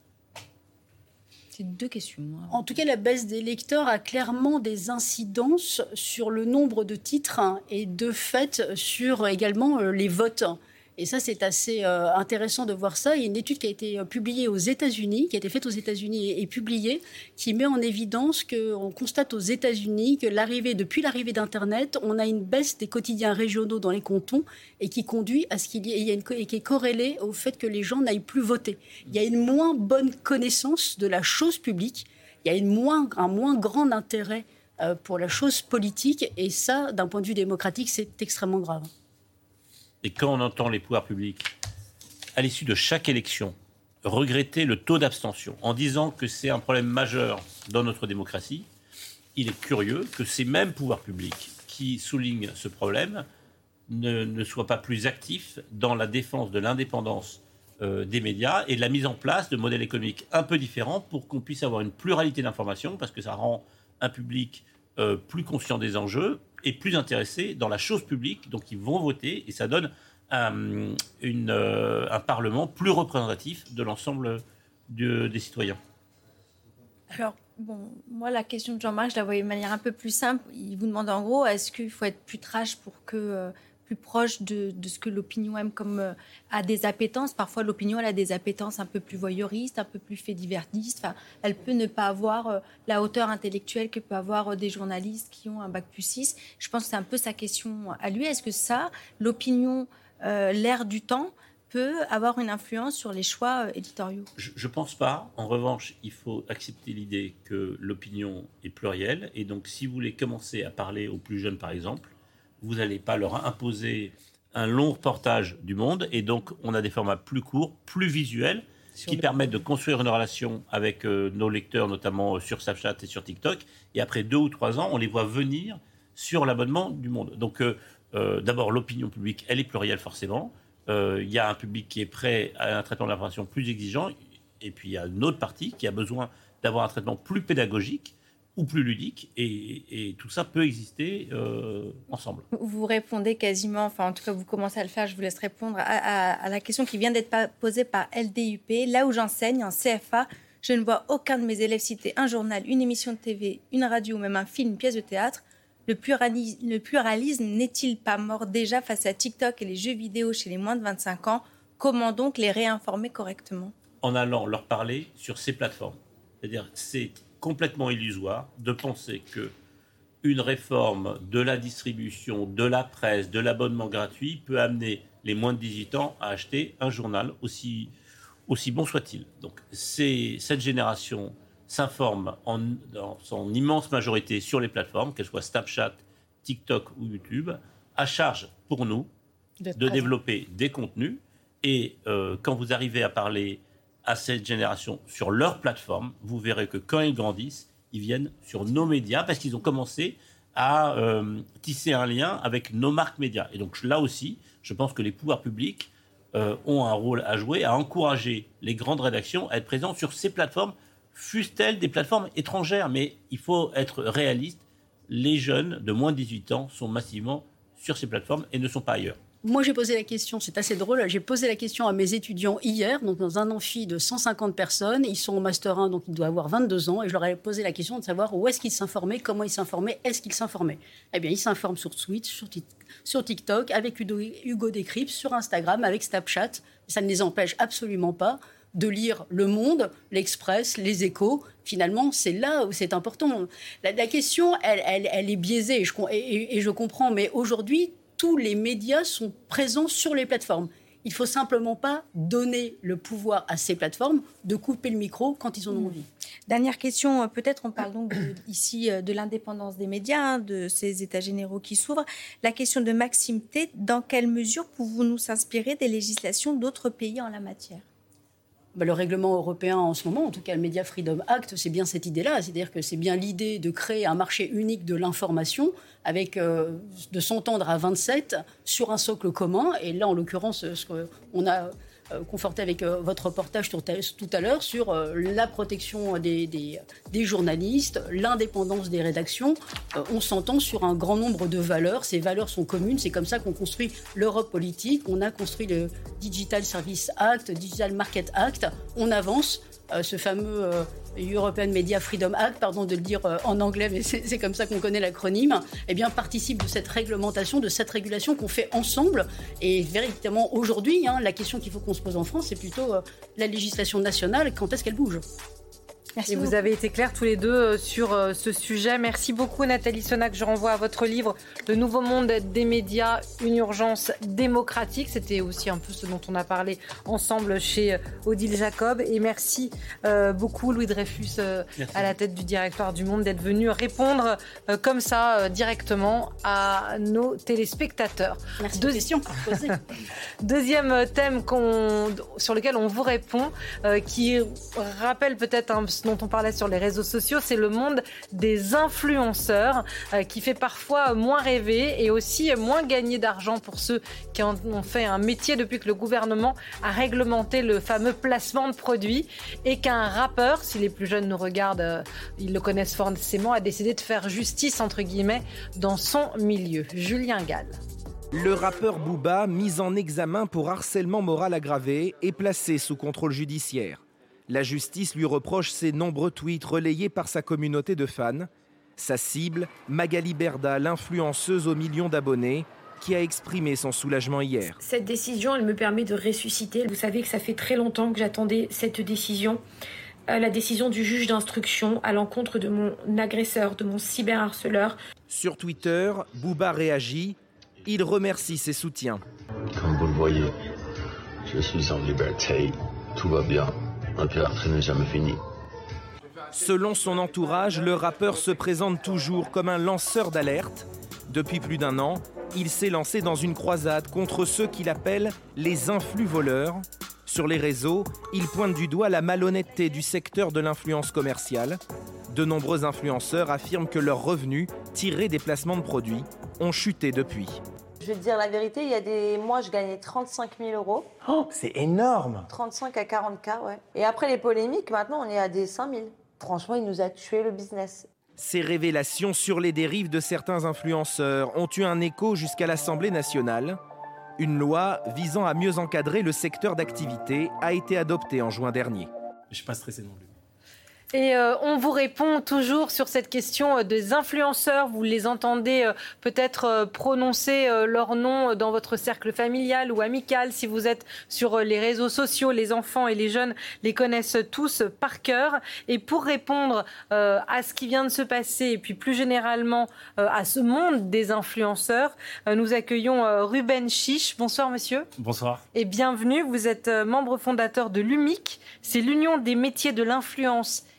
Speaker 2: C'est deux questions. Hein.
Speaker 4: En tout cas, la baisse des lecteurs a clairement des incidences sur le nombre de titres hein, et de fait sur également euh, les votes. Et ça, c'est assez euh, intéressant de voir ça. Il y a une étude qui a été publiée aux États-Unis, qui a été faite aux États-Unis et, et publiée, qui met en évidence qu'on constate aux États-Unis que l'arrivée, depuis l'arrivée d'Internet, on a une baisse des quotidiens régionaux dans les cantons et qui conduit à ce qu'il y ait, il y a une, et qui est corrélée au fait que les gens n'aillent plus voter. Il y a une moins bonne connaissance de la chose publique. Il y a une moins, un moins grand intérêt euh, pour la chose politique. Et ça, d'un point de vue démocratique, c'est extrêmement grave.
Speaker 3: Et quand on entend les pouvoirs publics, à l'issue de chaque élection, regretter le taux d'abstention en disant que c'est un problème majeur dans notre démocratie, il est curieux que ces mêmes pouvoirs publics qui soulignent ce problème ne, ne soient pas plus actifs dans la défense de l'indépendance euh, des médias et de la mise en place de modèles économiques un peu différents pour qu'on puisse avoir une pluralité d'informations, parce que ça rend un public euh, plus conscient des enjeux et plus intéressés dans la chose publique, donc ils vont voter, et ça donne un, une, euh, un Parlement plus représentatif de l'ensemble de, des citoyens.
Speaker 2: Alors, bon, moi, la question de Jean-Marc, je la voyais de manière un peu plus simple. Il vous demande en gros, est-ce qu'il faut être plus trash pour que... Euh, plus proche de, de ce que l'opinion aime, comme euh, a des appétences. Parfois, l'opinion, elle a des appétences un peu plus voyeuristes, un peu plus fait divertistes. Enfin, elle peut ne pas avoir euh, la hauteur intellectuelle que peuvent avoir euh, des journalistes qui ont un bac plus six. Je pense que c'est un peu sa question à lui. Est-ce que ça, l'opinion, euh, l'ère du temps, peut avoir une influence sur les choix euh, éditoriaux ?
Speaker 3: Je ne pense pas. En revanche, il faut accepter l'idée que l'opinion est plurielle. Et donc, si vous voulez commencer à parler aux plus jeunes, par exemple, vous n'allez pas leur imposer un long reportage du monde. Et donc, on a des formats plus courts, plus visuels, sur qui le... permettent de construire une relation avec euh, nos lecteurs, notamment euh, sur Snapchat et sur TikTok. Et après deux ou trois ans, on les voit venir sur l'abonnement du monde. Donc, euh, euh, d'abord, l'opinion publique, elle est plurielle forcément. Il euh, y a un public qui est prêt à un traitement de l'information plus exigeant. Et puis, il y a une autre partie qui a besoin d'avoir un traitement plus pédagogique ou plus ludique, et, et tout ça peut exister euh, ensemble.
Speaker 2: Vous répondez quasiment, enfin en tout cas vous commencez à le faire, je vous laisse répondre à, à, à la question qui vient d'être posée par L D U P. Là où j'enseigne, en C F A, je ne vois aucun de mes élèves citer un journal, une émission de T V, une radio, même un film, une pièce de théâtre. Le pluralisme, le pluralisme n'est-il pas mort déjà face à TikTok et les jeux vidéo chez les moins de vingt-cinq ans ? Comment donc les réinformer correctement ?
Speaker 3: En allant leur parler sur ces plateformes. C'est-à-dire, c'est complètement illusoire de penser qu'une réforme de la distribution, de la presse, de l'abonnement gratuit peut amener les moins de dix-huit ans à acheter un journal aussi, aussi bon soit-il. Donc c'est, cette génération s'informe en, dans son immense majorité sur les plateformes, qu'elles soient Snapchat, TikTok ou YouTube, à charge pour nous de, de développer des contenus. Et euh, quand vous arrivez à parler à cette génération sur leur plateforme, vous verrez que quand ils grandissent, ils viennent sur nos médias parce qu'ils ont commencé à euh, tisser un lien avec nos marques médias. Et donc là aussi, je pense que les pouvoirs publics euh, ont un rôle à jouer, à encourager les grandes rédactions à être présentes sur ces plateformes, fussent-elles des plateformes étrangères. Mais il faut être réaliste, les jeunes de moins de dix-huit ans sont massivement sur ces plateformes et ne sont pas ailleurs.
Speaker 4: Moi, j'ai posé la question, c'est assez drôle, j'ai posé la question à mes étudiants hier, donc dans un amphi de cent cinquante personnes. Ils sont en master un, donc ils doivent avoir vingt-deux ans. Et je leur ai posé la question de savoir où est-ce qu'ils s'informaient, comment ils s'informaient, est-ce qu'ils s'informaient. Eh bien, ils s'informent sur Twitch, sur, sur TikTok, avec Hugo, Hugo Décrypte, sur Instagram, avec Snapchat. Ça ne les empêche absolument pas de lire Le Monde, l'Express, Les Échos. Finalement, c'est là où c'est important. La, la question, elle, elle, elle est biaisée, et je, et, et je comprends, mais aujourd'hui, tous les médias sont présents sur les plateformes. Il ne faut simplement pas donner le pouvoir à ces plateformes de couper le micro quand ils en ont envie.
Speaker 2: Dernière question, peut-être on parle donc de, ici de l'indépendance des médias, hein, de ces états généraux qui s'ouvrent. La question de Maxime T, dans quelle mesure pouvons-nous nous inspirer des législations d'autres pays en la matière ?
Speaker 4: Ben, le règlement européen en ce moment, en tout cas le Media Freedom Act, c'est bien cette idée-là. C'est-à-dire que c'est bien l'idée de créer un marché unique de l'information avec euh, de s'entendre à vingt-sept sur un socle commun. Et là, en l'occurrence, ce qu'on a euh, conforté avec euh, votre reportage tout à, tout à l'heure sur euh, la protection des, des, des journalistes, l'indépendance des rédactions. Euh, on s'entend sur un grand nombre de valeurs. Ces valeurs sont communes. C'est comme ça qu'on construit l'Europe politique. On a construit le Digital Service Act, Digital Market Act. On avance. Euh, ce fameux euh, European Media Freedom Act, pardon de le dire euh, en anglais, mais c'est, c'est comme ça qu'on connaît l'acronyme, eh bien, participe de cette réglementation, de cette régulation qu'on fait ensemble. Et véritablement, aujourd'hui, hein, la question qu'il faut qu'on se pose en France, c'est plutôt euh, la législation nationale, quand est-ce qu'elle bouge ?
Speaker 1: Merci. Et vous avez été clairs tous les deux sur ce sujet. Merci beaucoup Nathalie Sonac. Je renvoie à votre livre « Le nouveau monde des médias, une urgence démocratique ». C'était aussi un peu ce dont on a parlé ensemble chez Odile Jacob. Et merci euh, beaucoup Louis Dreyfus euh, à la tête du directoire du Monde d'être venu répondre euh, comme ça euh, directement à nos téléspectateurs.
Speaker 4: Merci. Deux questions.
Speaker 1: Deuxième thème qu'on, sur lequel on vous répond, euh, qui rappelle peut-être un dont on parlait sur les réseaux sociaux, c'est le monde des influenceurs euh, qui fait parfois moins rêver et aussi moins gagner d'argent pour ceux qui en ont fait un métier depuis que le gouvernement a réglementé le fameux placement de produits et qu'un rappeur, si les plus jeunes nous regardent, euh, ils le connaissent forcément, a décidé de faire justice entre guillemets dans son milieu. Julien Gall.
Speaker 5: Le rappeur Booba, mis en examen pour harcèlement moral aggravé, est placé sous contrôle judiciaire. La justice lui reproche ses nombreux tweets relayés par sa communauté de fans. Sa cible, Magali Berda, l'influenceuse aux millions d'abonnés, qui a exprimé son soulagement hier.
Speaker 6: Cette décision, elle me permet de ressusciter. Vous savez que ça fait très longtemps que j'attendais cette décision. Euh, la décision du juge d'instruction à l'encontre de mon agresseur, de mon cyberharceleur.
Speaker 5: Sur Twitter, Booba réagit. Il remercie ses soutiens.
Speaker 7: Comme vous le voyez, je suis en liberté. Tout va bien. Un pire n'est jamais fini.
Speaker 5: Selon son entourage, le rappeur se présente toujours comme un lanceur d'alerte. Depuis plus d'un an, il s'est lancé dans une croisade contre ceux qu'il appelle les influx-voleurs. Sur les réseaux, il pointe du doigt la malhonnêteté du secteur de l'influence commerciale. De nombreux influenceurs affirment que leurs revenus, tirés des placements de produits, ont chuté depuis.
Speaker 8: Je vais te dire la vérité, il y a des mois, je gagnais trente-cinq mille euros.
Speaker 9: Oh, c'est énorme.
Speaker 8: trente-cinq à quarante K, ouais. Et après les polémiques, maintenant, on est à des cinq mille. Franchement, il nous a tué le business.
Speaker 5: Ces révélations sur les dérives de certains influenceurs ont eu un écho jusqu'à l'Assemblée nationale. Une loi visant à mieux encadrer le secteur d'activité a été adoptée en juin dernier.
Speaker 9: Je ne suis pas stressé non plus.
Speaker 1: Et euh, on vous répond toujours sur cette question euh, des influenceurs. Vous les entendez euh, peut-être euh, prononcer euh, leur nom dans votre cercle familial ou amical. Si vous êtes sur euh, les réseaux sociaux, les enfants et les jeunes les connaissent tous euh, par cœur. Et pour répondre euh, à ce qui vient de se passer et puis plus généralement euh, à ce monde des influenceurs, euh, nous accueillons euh, Ruben Chiche. Bonsoir monsieur.
Speaker 9: Bonsoir.
Speaker 1: Et bienvenue. Vous êtes euh, membre fondateur de l'U M I C. C'est l'Union des métiers de l'influence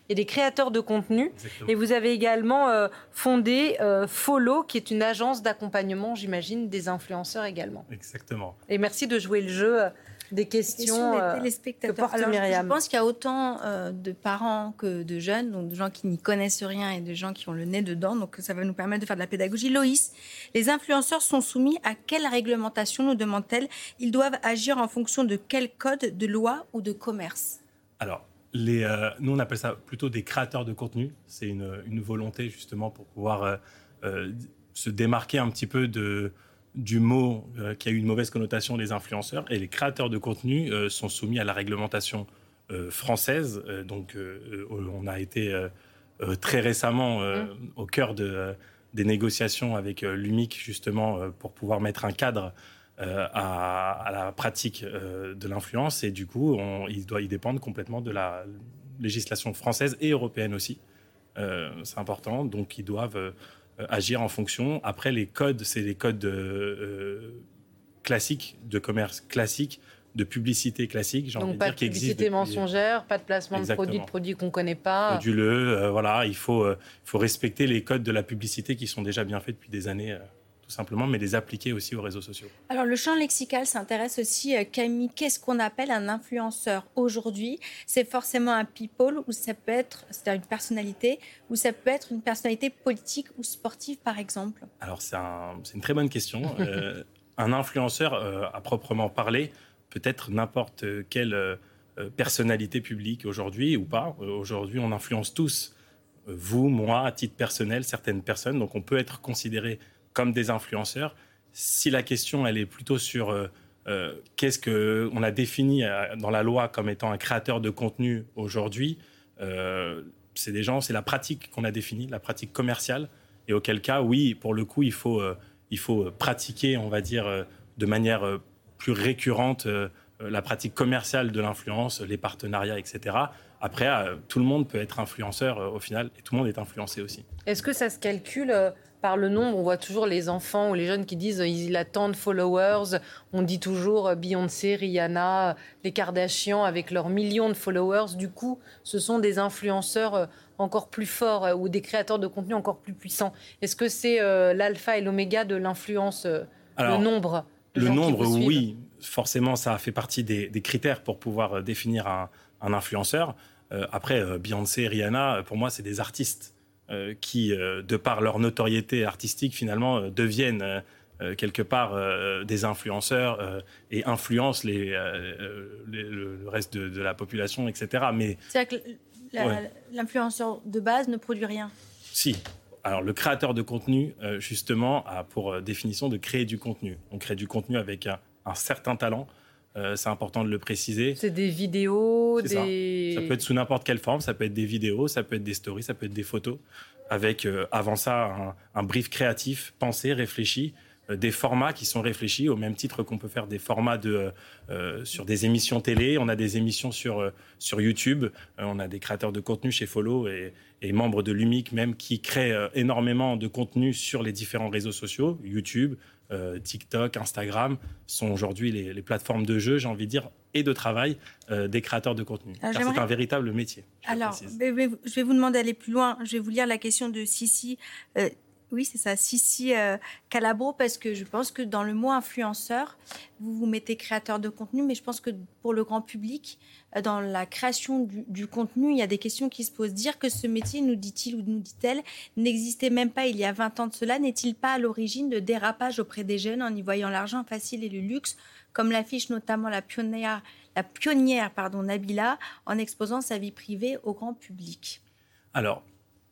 Speaker 1: et des créateurs de contenu.
Speaker 9: Exactement.
Speaker 1: Et vous avez également euh, fondé euh, Follow, qui est une agence d'accompagnement, j'imagine, des influenceurs également.
Speaker 9: Exactement.
Speaker 1: Et merci de jouer le jeu euh, des questions
Speaker 2: des
Speaker 1: euh,
Speaker 2: téléspectateurs.
Speaker 1: que porte
Speaker 2: Alors, je-
Speaker 1: Myriam.
Speaker 2: Je pense qu'il y a autant euh, de parents que de jeunes, donc de gens qui n'y connaissent rien et de gens qui ont le nez dedans. Donc ça va nous permettre de faire de la pédagogie. Loïs, les influenceurs sont soumis à quelle réglementation, nous demande-t-elle? Ils doivent agir en fonction de quel code de loi ou de commerce?
Speaker 9: Alors, les, euh, nous, on appelle ça plutôt des créateurs de contenu. C'est une, une volonté, justement, pour pouvoir euh, euh, se démarquer un petit peu de, du mot euh, qui a eu une mauvaise connotation des influenceurs. Et les créateurs de contenu euh, sont soumis à la réglementation euh, française. Euh, donc, euh, on a été euh, euh, très récemment euh, mmh. au cœur de, euh, des négociations avec euh, l'U M I C, justement, euh, pour pouvoir mettre un cadre Euh, à, à la pratique euh, de l'influence, et du coup, on, il doit y dépendre complètement de la législation française et européenne aussi. Euh, c'est important, donc ils doivent euh, agir en fonction. Après, les codes, c'est les codes euh, classiques, de commerce classique, de publicité classique, j'ai envie de dire,
Speaker 1: Donc pas de publicité mensongère, pas de placement
Speaker 9: Exactement.
Speaker 1: de produits, de produits qu'on ne connaît pas.
Speaker 9: Frauduleux, euh, voilà, il faut, euh, il faut respecter les codes de la publicité qui sont déjà bien faits depuis des années. Euh, tout simplement, mais les appliquer aussi aux réseaux sociaux.
Speaker 2: Alors, le champ lexical s'intéresse aussi, euh, Camille, qu'est-ce qu'on appelle un influenceur aujourd'hui? C'est forcément un people, ou ça peut être, c'est-à-dire une personnalité, ou ça peut être une personnalité politique ou sportive, par exemple?
Speaker 9: Alors, c'est, un, c'est une très bonne question. euh, un influenceur, euh, à proprement parler, peut être n'importe quelle euh, personnalité publique aujourd'hui ou pas. Euh, aujourd'hui, on influence tous, euh, vous, moi, à titre personnel, certaines personnes, donc on peut être considéré comme des influenceurs. Si la question, elle est plutôt sur euh, euh, qu'est-ce qu'on a défini euh, dans la loi comme étant un créateur de contenu aujourd'hui, euh, c'est des gens, c'est la pratique qu'on a définie, la pratique commerciale, et auquel cas, oui, pour le coup, il faut, euh, il faut pratiquer, on va dire, euh, de manière euh, plus récurrente euh, la pratique commerciale de l'influence, les partenariats, et cetera. Après, euh, tout le monde peut être influenceur euh, au final, et tout le monde est influencé aussi.
Speaker 1: Est-ce que ça se calcule euh, par le nombre? On voit toujours les enfants ou les jeunes qui disent il a tant de followers. On dit toujours Beyoncé, Rihanna, les Kardashians avec leurs millions de followers. Du coup, ce sont des influenceurs encore plus forts ou des créateurs de contenu encore plus puissants. Est-ce que c'est euh, l'alpha et l'oméga de l'influence, euh,
Speaker 9: Alors,
Speaker 1: le nombre de
Speaker 9: Le
Speaker 1: gens
Speaker 9: nombre,
Speaker 1: qui vous suivent?
Speaker 9: oui. Forcément, ça fait partie des, des critères pour pouvoir définir un, un influenceur. Euh, après, euh, Beyoncé, Rihanna, pour moi, c'est des artistes. Euh, qui, euh, de par leur notoriété artistique, finalement, euh, deviennent euh, quelque part euh, des influenceurs euh, et influencent les, euh, les, le, le reste de, de la population, et cetera. Mais
Speaker 2: c'est-à-dire que la,
Speaker 9: ouais.
Speaker 2: l'influenceur de base ne produit rien?
Speaker 9: Si. Alors, le créateur de contenu, euh, justement, a pour définition de créer du contenu. On crée du contenu avec un, un certain talent. Euh, c'est important de le préciser.
Speaker 1: C'est des vidéos,
Speaker 9: c'est
Speaker 1: des...
Speaker 9: Ça. ça peut être sous n'importe quelle forme. Ça peut être des vidéos, ça peut être des stories, ça peut être des photos. Avec, euh, avant ça, un, un brief créatif, pensé, réfléchi. Euh, des formats qui sont réfléchis, au même titre qu'on peut faire des formats de, euh, sur des émissions télé. On a des émissions sur, euh, sur YouTube. Euh, on a des créateurs de contenu chez Follow et, et membres de l'U M I C même qui créent euh, énormément de contenu sur les différents réseaux sociaux. YouTube, Euh, TikTok, Instagram sont aujourd'hui les, les plateformes de jeu, j'ai envie de dire, et de travail euh, des créateurs de contenu.
Speaker 2: Alors,
Speaker 9: car c'est un véritable métier.
Speaker 2: Alors, mais, mais, je vais vous demander d'aller plus loin. Je vais vous lire la question de Sissi. Euh, oui, c'est ça, Sissi euh, Calabro, parce que je pense que dans le mot influenceur, vous vous mettez créateur de contenu, mais je pense que pour le grand public, euh, dans la création du, du contenu, il y a des questions qui se posent. Dire que ce métier, nous dit-il ou nous dit-elle, n'existait même pas il y a vingt ans de cela, n'est-il pas à l'origine de dérapages auprès des jeunes en y voyant l'argent facile et le luxe, comme l'affiche notamment la pionnière, la pionnière pardon, Nabila, en exposant sa vie privée au grand public?
Speaker 9: Alors,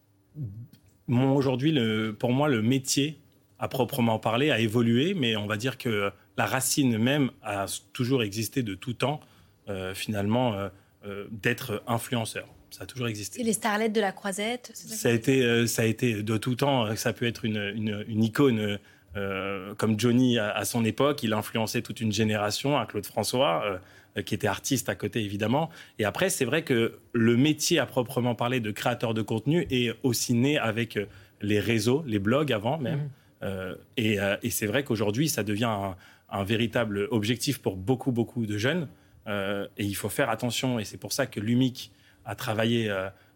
Speaker 9: mon, aujourd'hui, le, pour moi, le métier, à proprement parler, a évolué, mais on va dire que la racine même a toujours existé de tout temps, euh, finalement, euh, euh, d'être influenceur. Ça a toujours existé.
Speaker 2: C'est les starlettes de la Croisette. C'est ça,
Speaker 9: ça, a été, euh, ça a été de tout temps. Ça peut être une, une, une icône euh, comme Johnny à, à son époque. Il a influencé toute une génération, un Claude François, euh, qui était artiste à côté, évidemment. Et après, c'est vrai que le métier, à proprement parler, de créateur de contenu est aussi né avec les réseaux, les blogs avant même. Mmh. Euh, et, euh, et c'est vrai qu'aujourd'hui, ça devient un, un véritable objectif pour beaucoup, beaucoup de jeunes. Euh, et il faut faire attention. Et c'est pour ça que l'U M I C a travaillé euh,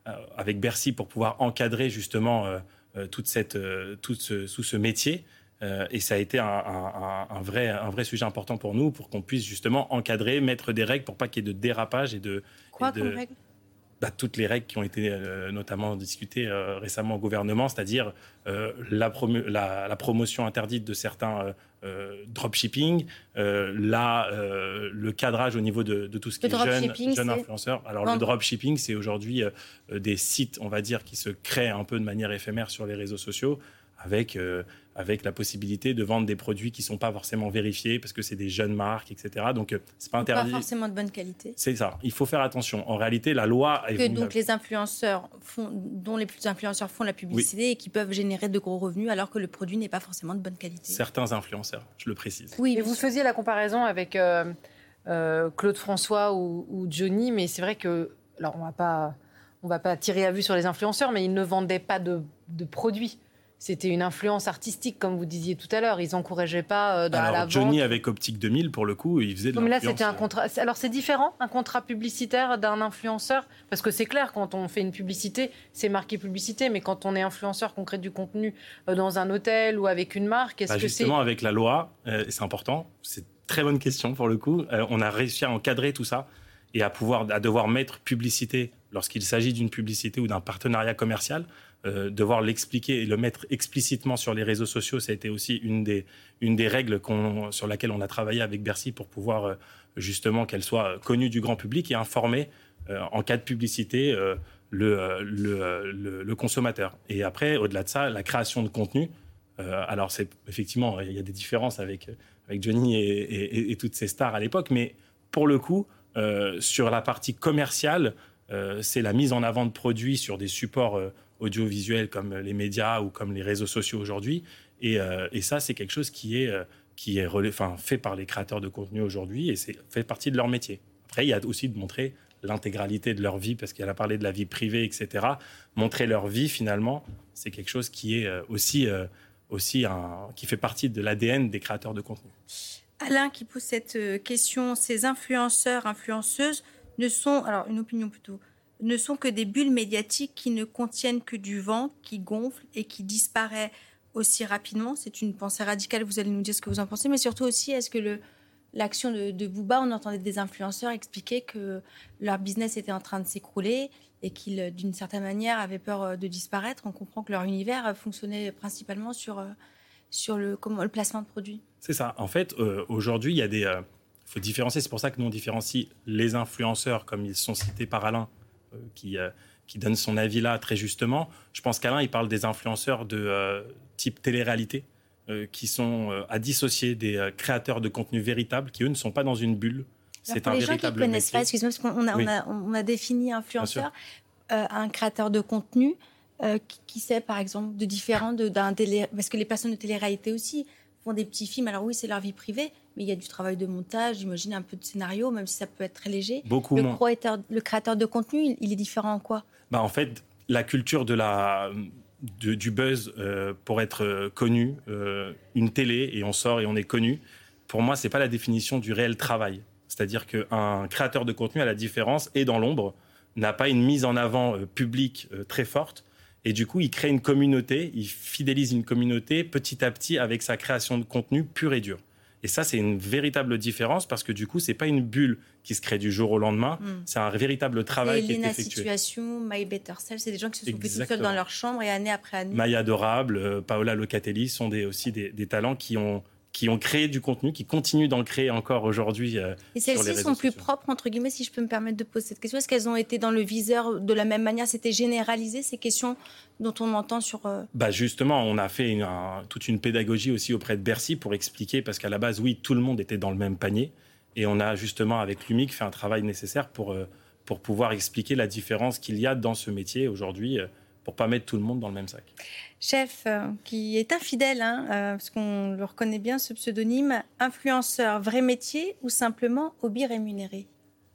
Speaker 9: avec Bercy pour pouvoir encadrer justement euh, toute cette, euh, tout ce, sous ce métier. Euh, et ça a été un, un, un, vrai, un vrai sujet important pour nous, pour qu'on puisse justement encadrer, mettre des règles pour pas qu'il y ait de dérapage et de...
Speaker 2: Quoi
Speaker 9: et de,
Speaker 2: comme règles
Speaker 9: bah, toutes les règles qui ont été euh, notamment discutées euh, récemment au gouvernement, c'est-à-dire euh, la, promo- la, la promotion interdite de certains euh, euh, dropshipping, euh, là, euh, le cadrage au niveau de, de tout ce qui
Speaker 2: Le
Speaker 9: est jeune,
Speaker 2: dropshipping,
Speaker 9: jeune
Speaker 2: c'est-
Speaker 9: influenceur. Alors
Speaker 2: Non.
Speaker 9: le dropshipping, c'est aujourd'hui euh, des sites, on va dire, qui se créent un peu de manière éphémère sur les réseaux sociaux, avec, euh, avec la possibilité de vendre des produits qui ne sont pas forcément vérifiés, parce que c'est des jeunes marques, et cetera. Donc, euh, c'est pas
Speaker 2: Pas
Speaker 9: interdit.
Speaker 2: forcément de bonne qualité.
Speaker 9: C'est ça, il faut faire attention. En réalité, la loi... est
Speaker 2: Que
Speaker 9: venue-
Speaker 2: donc les influenceurs font, dont les influenceurs font la publicité et qui peuvent générer de gros revenus alors que le produit n'est pas forcément de bonne qualité.
Speaker 9: Certains influenceurs, je le précise.
Speaker 2: Oui,
Speaker 1: Et
Speaker 2: bien
Speaker 1: vous
Speaker 2: sûr.
Speaker 1: faisiez la comparaison avec euh, euh, Claude François ou, ou Johnny, mais c'est vrai que, alors on va pas, on va pas tirer à vue sur les influenceurs, mais ils ne vendaient pas de, de produits. C'était une influence artistique, comme vous disiez tout à l'heure. Ils n'encourageaient pas euh, dans
Speaker 9: Alors,
Speaker 1: la
Speaker 9: Johnny
Speaker 1: vente.
Speaker 9: avec Optique deux mille, pour le coup, il faisait de
Speaker 1: Non, mais là,
Speaker 9: l'influence.
Speaker 1: c'était un contrat. Alors, c'est différent, un contrat publicitaire d'un influenceur, parce que c'est clair, quand on fait une publicité, c'est marqué publicité, mais quand on est influenceur, qu'on crée du contenu euh, dans un hôtel ou avec une marque, est-ce
Speaker 9: Bah,
Speaker 1: que c'est
Speaker 9: justement, avec la loi, euh, c'est important. C'est une très bonne question pour le coup. Euh, on a réussi à encadrer tout ça et à pouvoir, à devoir mettre publicité lorsqu'il s'agit d'une publicité ou d'un partenariat commercial. Euh, devoir l'expliquer et le mettre explicitement sur les réseaux sociaux, ça a été aussi une des, une des règles qu'on, sur laquelle on a travaillé avec Bercy pour pouvoir euh, justement qu'elle soit connue du grand public et informer euh, en cas de publicité euh, le, euh, le, euh, le, le consommateur. Et après, au-delà de ça, la création de contenu. Euh, alors, c'est, effectivement, il y a des différences avec, avec Johnny et, et, et toutes ces stars à l'époque, mais pour le coup, euh, sur la partie commerciale, euh, c'est la mise en avant de produits sur des supports euh, audiovisuels comme les médias ou comme les réseaux sociaux aujourd'hui. Et, euh, et ça, c'est quelque chose qui est, euh, qui est relais, enfin, fait par les créateurs de contenu aujourd'hui et c'est fait partie de leur métier. Après, il y a aussi de montrer l'intégralité de leur vie, parce qu'elle a parlé de la vie privée, et cetera. Montrer leur vie, finalement, c'est quelque chose qui est euh, aussi, euh, aussi un, qui fait partie de l'A D N des créateurs de contenu.
Speaker 2: Alain qui pose cette euh, question, ces influenceurs, influenceuses ne sont, alors une opinion plutôt, ne sont que des bulles médiatiques qui ne contiennent que du vent, qui gonfle et qui disparaît aussi rapidement. C'est une pensée radicale, vous allez nous dire ce que vous en pensez, mais surtout aussi, est-ce que le, l'action de, de Booba, on entendait des influenceurs expliquer que leur business était en train de s'écrouler et qu'ils, d'une certaine manière, avaient peur de disparaître. On comprend que leur univers fonctionnait principalement sur, sur le, comment, le placement de produits.
Speaker 9: C'est ça. En fait, euh, aujourd'hui, il y a des... Euh, faut différencier, c'est pour ça que nous, on différencie les influenceurs, comme ils sont cités par Alain, euh, qui, euh, qui donne son avis là très justement. Je pense qu'Alain, il parle des influenceurs de euh, type télé-réalité, euh, qui sont euh, à dissocier des euh, créateurs de contenu véritables, qui eux ne sont pas dans une bulle.
Speaker 2: Alors
Speaker 9: C'est
Speaker 2: pour
Speaker 9: un
Speaker 2: les gens qui ne
Speaker 9: véritable
Speaker 2: connaissent
Speaker 9: métier.
Speaker 2: pas, excusez-moi, parce qu'on a,
Speaker 9: Oui.
Speaker 2: on a, on a défini influenceur, euh, un créateur de contenu euh, qui, qui sait, par exemple, de différent de, d'un télé... Parce que les personnes de télé-réalité aussi font des petits films. Alors oui, c'est leur vie privée, mais il y a du travail de montage, j'imagine un peu de scénario, même si ça peut être très léger.
Speaker 9: Beaucoup
Speaker 2: le,
Speaker 9: moins.
Speaker 2: créateur, le créateur de contenu, il, il est différent en quoi?
Speaker 9: Bah, en fait, la culture de la, de, du buzz euh, pour être euh, connu, euh, une télé, et on sort et on est connu, pour moi, ce n'est pas la définition du réel travail. C'est-à-dire qu'un créateur de contenu, à la différence, est dans l'ombre, n'a pas une mise en avant euh, publique euh, très forte, et du coup, il crée une communauté, il fidélise une communauté petit à petit avec sa création de contenu pure et dure. Et ça, c'est une véritable différence parce que du coup, c'est pas une bulle qui se crée du jour au lendemain.
Speaker 2: Mm.
Speaker 9: C'est un véritable travail
Speaker 2: Et
Speaker 9: qui est
Speaker 2: Lena
Speaker 9: effectué.
Speaker 2: Situation, My Better Self, c'est des gens qui se sont fait tout seuls
Speaker 9: Exactement.
Speaker 2: dans leur chambre et année après année.
Speaker 9: Maya Adorable, euh, Paola Locatelli sont des, aussi des, des talents qui ont, qui ont créé du contenu, qui continuent d'en créer encore aujourd'hui. Euh,
Speaker 2: Et
Speaker 9: sur les
Speaker 2: celles-ci
Speaker 9: réseaux
Speaker 2: sont plus
Speaker 9: sociaux.
Speaker 2: propres, entre guillemets, si je peux me permettre de poser cette question. Est-ce qu'elles ont été dans le viseur de la même manière? C'était généralisé, ces questions dont on entend sur... euh,
Speaker 9: Bah justement, on a fait une, un- toute une pédagogie aussi auprès de Bercy pour expliquer, parce qu'à la base, oui, tout le monde était dans le même panier. Et on a justement, avec l'U M I C, fait un travail nécessaire pour, euh, pour pouvoir expliquer la différence qu'il y a dans ce métier aujourd'hui, euh, pour pas mettre tout le monde dans le même sac.
Speaker 2: Chef, euh, qui est infidèle, hein, euh, parce qu'on le reconnaît bien, ce pseudonyme, influenceur, vrai métier ou simplement hobby rémunéré?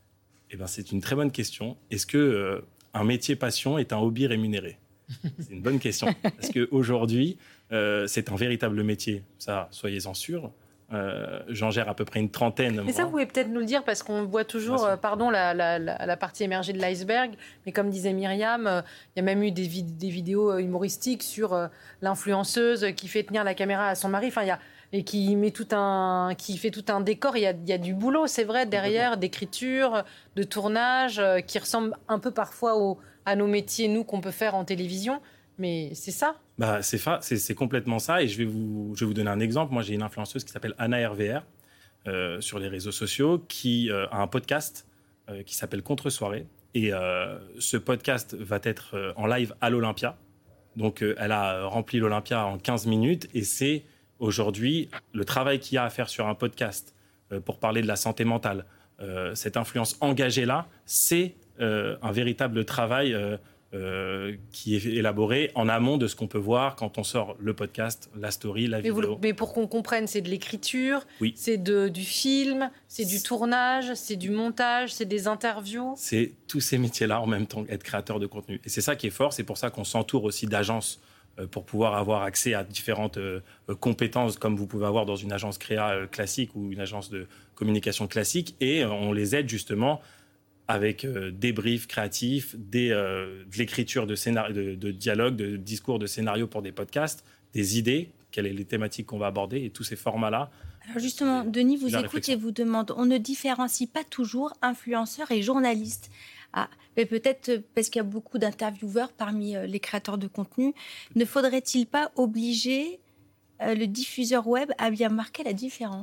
Speaker 9: Eh ben, c'est une très bonne question. Est-ce que euh, un métier passion est un hobby rémunéré? C'est une bonne question. Parce qu'aujourd'hui, euh, c'est un véritable métier. Ça, soyez-en sûrs. Euh, j'en gère à peu près une trentaine.
Speaker 1: Mais
Speaker 9: moi.
Speaker 1: ça, vous pouvez peut-être nous le dire, parce qu'on voit toujours, euh, pardon, la, la, la, la partie émergée de l'iceberg. Mais comme disait Myriam, euh, il y a même eu des, vid- des vidéos humoristiques sur euh, l'influenceuse qui fait tenir la caméra à son mari. Enfin, il y a et qui met tout un, qui fait tout un décor. Il y a, il y a du boulot, c'est vrai, derrière, d'écriture, de tournage, euh, qui ressemble un peu parfois au, à nos métiers, nous, qu'on peut faire en télévision. Mais c'est ça.
Speaker 9: Bah, c'est, fa- c'est, c'est complètement ça. Et je vais, vous, je vais vous donner un exemple. Moi, j'ai une influenceuse qui s'appelle Anna R V R euh, sur les réseaux sociaux qui euh, a un podcast euh, qui s'appelle Contre-soirée. Et euh, ce podcast va être euh, en live à l'Olympia. Donc, euh, elle a rempli l'Olympia en quinze minutes. Et c'est aujourd'hui le travail qu'il y a à faire sur un podcast euh, pour parler de la santé mentale. Euh, cette influence engagée-là, c'est euh, un véritable travail euh, Euh, qui est élaboré en amont de ce qu'on peut voir quand on sort le podcast, la story, la
Speaker 1: mais
Speaker 9: vidéo.
Speaker 1: Vous, mais pour qu'on comprenne, c'est de l'écriture,
Speaker 9: oui.
Speaker 1: c'est de, du film, c'est du tournage, c'est du montage, c'est des interviews.
Speaker 9: C'est tous ces métiers-là en même temps, être créateur de contenu. Et c'est ça qui est fort, c'est pour ça qu'on s'entoure aussi d'agences euh, pour pouvoir avoir accès à différentes euh, compétences comme vous pouvez avoir dans une agence créa euh, classique ou une agence de communication classique. Et euh, on les aide justement avec euh, des briefs créatifs, des, euh, de l'écriture de, scénar- de, de dialogues, de discours, de scénarios pour des podcasts, des idées, quelles sont les thématiques qu'on va aborder et tous ces formats-là.
Speaker 2: Alors justement, Denis vous écoute et vous demande, on ne différencie pas toujours influenceurs et journalistes. Ah, mais peut-être parce qu'il y a beaucoup d'intervieweurs parmi les créateurs de contenu, ne faudrait-il pas obliger euh, le diffuseur web à bien marquer la différence ?